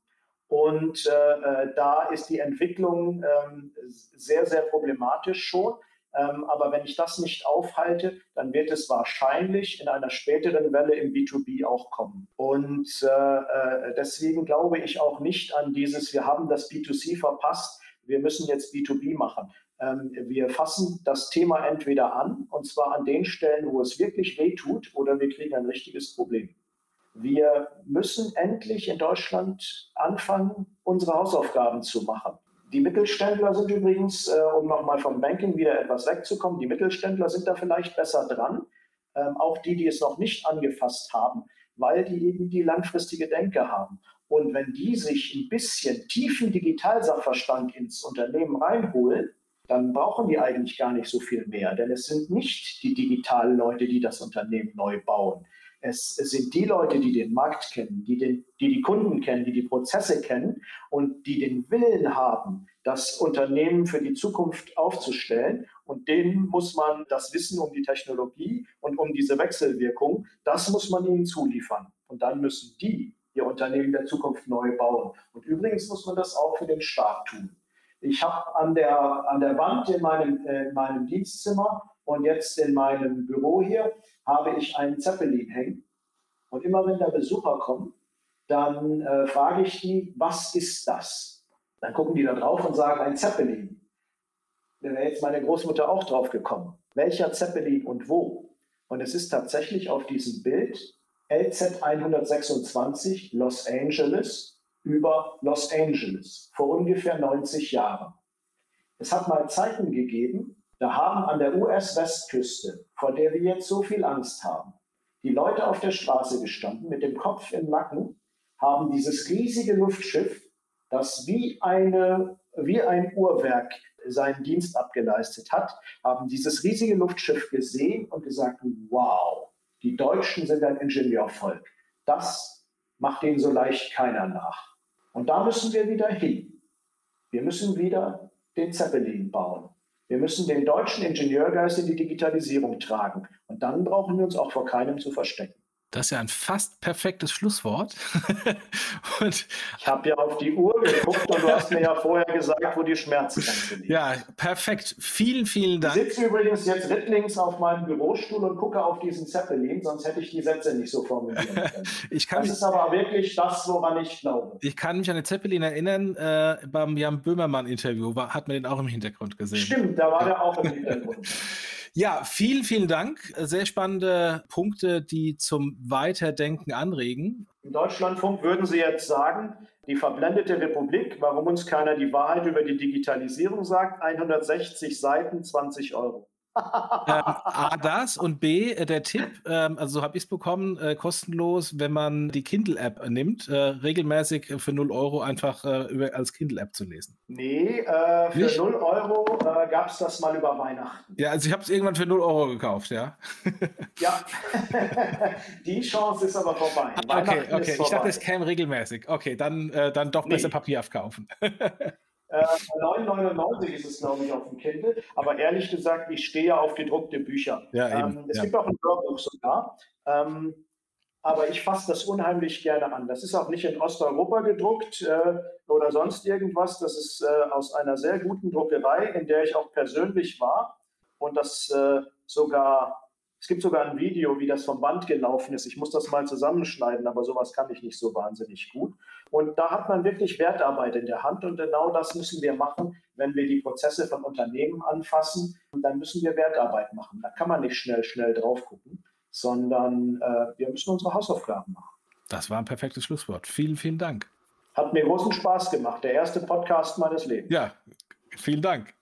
und äh, da ist die Entwicklung ähm, sehr, sehr problematisch schon. Ähm, aber wenn ich das nicht aufhalte, dann wird es wahrscheinlich in einer späteren Welle im B zwei B auch kommen. Und äh, deswegen glaube ich auch nicht an dieses, wir haben das B zwei C verpasst, wir müssen jetzt B zwei B machen. Ähm, wir fassen das Thema entweder an, und zwar an den Stellen, wo es wirklich weh tut, oder wir kriegen ein richtiges Problem. Wir müssen endlich in Deutschland anfangen, unsere Hausaufgaben zu machen. Die Mittelständler sind übrigens, äh, um nochmal vom Banking wieder etwas wegzukommen, die Mittelständler sind da vielleicht besser dran, ähm, auch die, die es noch nicht angefasst haben, weil die eben die langfristige Denke haben. Und wenn die sich ein bisschen tiefen Digitalsachverstand ins Unternehmen reinholen, dann brauchen die eigentlich gar nicht so viel mehr, denn es sind nicht die digitalen Leute, die das Unternehmen neu bauen. Es, es sind die Leute, die den Markt kennen, die, den, die die Kunden kennen, die die Prozesse kennen und die den Willen haben, das Unternehmen für die Zukunft aufzustellen. Und denen muss man das Wissen um die Technologie und um diese Wechselwirkung, das muss man ihnen zuliefern. Und dann müssen die ihr Unternehmen der Zukunft neu bauen. Und übrigens muss man das auch für den Staat tun. Ich habe an der, an der Wand in meinem, äh, in meinem Dienstzimmer und jetzt in meinem Büro hier habe ich einen Zeppelin hängen. Und immer wenn da Besucher kommen, dann äh, frage ich die, was ist das? Dann gucken die da drauf und sagen, ein Zeppelin. Da wäre jetzt meine Großmutter auch drauf gekommen. Welcher Zeppelin und wo? Und es ist tatsächlich auf diesem Bild L Z hundertsechsundzwanzig Los Angeles über Los Angeles vor ungefähr neunzig Jahren. Es hat mal Zeiten gegeben, da haben an der U S-Westküste, vor der wir jetzt so viel Angst haben, die Leute auf der Straße gestanden, mit dem Kopf im Nacken, haben dieses riesige Luftschiff, das wie, eine, wie ein Uhrwerk seinen Dienst abgeleistet hat, haben dieses riesige Luftschiff gesehen und gesagt, wow, die Deutschen sind ein Ingenieurvolk. Das macht ihnen so leicht keiner nach. Und da müssen wir wieder hin. Wir müssen wieder den Zeppelin bauen. Wir müssen den deutschen Ingenieurgeist in die Digitalisierung tragen. Und dann brauchen wir uns auch vor keinem zu verstecken.
Das ist ja ein fast perfektes Schlusswort.
Und ich habe ja auf die Uhr geguckt und du hast mir ja vorher gesagt, wo die Schmerzgrenze liegt.
Ja, perfekt. Vielen, vielen Dank.
Ich sitze übrigens jetzt rittlings auf meinem Bürostuhl und gucke auf diesen Zeppelin, sonst hätte ich die Sätze nicht so formulieren können.
ich kann
das
mich,
ist aber wirklich das, woran ich glaube.
Ich kann mich an den Zeppelin erinnern, äh, beim Jan Böhmermann-Interview war, hat man den auch im Hintergrund gesehen.
Stimmt, da war ja. der auch im Hintergrund.
Ja, vielen, vielen Dank. Sehr spannende Punkte, die zum Weiterdenken anregen.
Im Deutschlandfunk würden Sie jetzt sagen, die verblendete Republik, warum uns keiner die Wahrheit über die Digitalisierung sagt, hundertsechzig Seiten, zwanzig Euro.
Ähm, A, das und B, äh, der Tipp, ähm, also so habe ich es bekommen, äh, kostenlos, wenn man die Kindle-App nimmt, äh, regelmäßig für null Euro einfach äh, über, als Kindle-App zu lesen.
Nee, äh, für
Nicht?
null Euro äh, gab es das mal über Weihnachten.
Ja, also ich habe es irgendwann für null Euro gekauft, ja.
Ja, die Chance ist aber vorbei.
Ah, okay,
Weihnachten
okay.
ist
Ich dachte,
vorbei.
es käme regelmäßig. Okay, dann, äh, dann doch besser
Nee,
Papier kaufen.
äh, neun neunundneunzig ist es, glaube ich, auf dem Kindle. Aber ehrlich gesagt, ich stehe auf gedruckte Bücher.
Ja, eben.
Ähm, es
Ja.
gibt auch ein Hörbuch sogar. Ähm, aber ich fasse das unheimlich gerne an. Das ist auch nicht in Osteuropa gedruckt äh, oder sonst irgendwas. Das ist äh, aus einer sehr guten Druckerei, in der ich auch persönlich war. Und das äh, sogar, es gibt sogar ein Video, wie das vom Band gelaufen ist. Ich muss das mal zusammenschneiden, aber sowas kann ich nicht so wahnsinnig gut. Und da hat man wirklich Wertarbeit in der Hand. Und genau das müssen wir machen, wenn wir die Prozesse von Unternehmen anfassen. Und dann müssen wir Wertarbeit machen. Da kann man nicht schnell, schnell drauf gucken, sondern äh, wir müssen unsere Hausaufgaben machen.
Das war ein perfektes Schlusswort. Vielen, vielen Dank.
Hat mir großen Spaß gemacht. Der erste Podcast meines Lebens.
Ja, vielen Dank.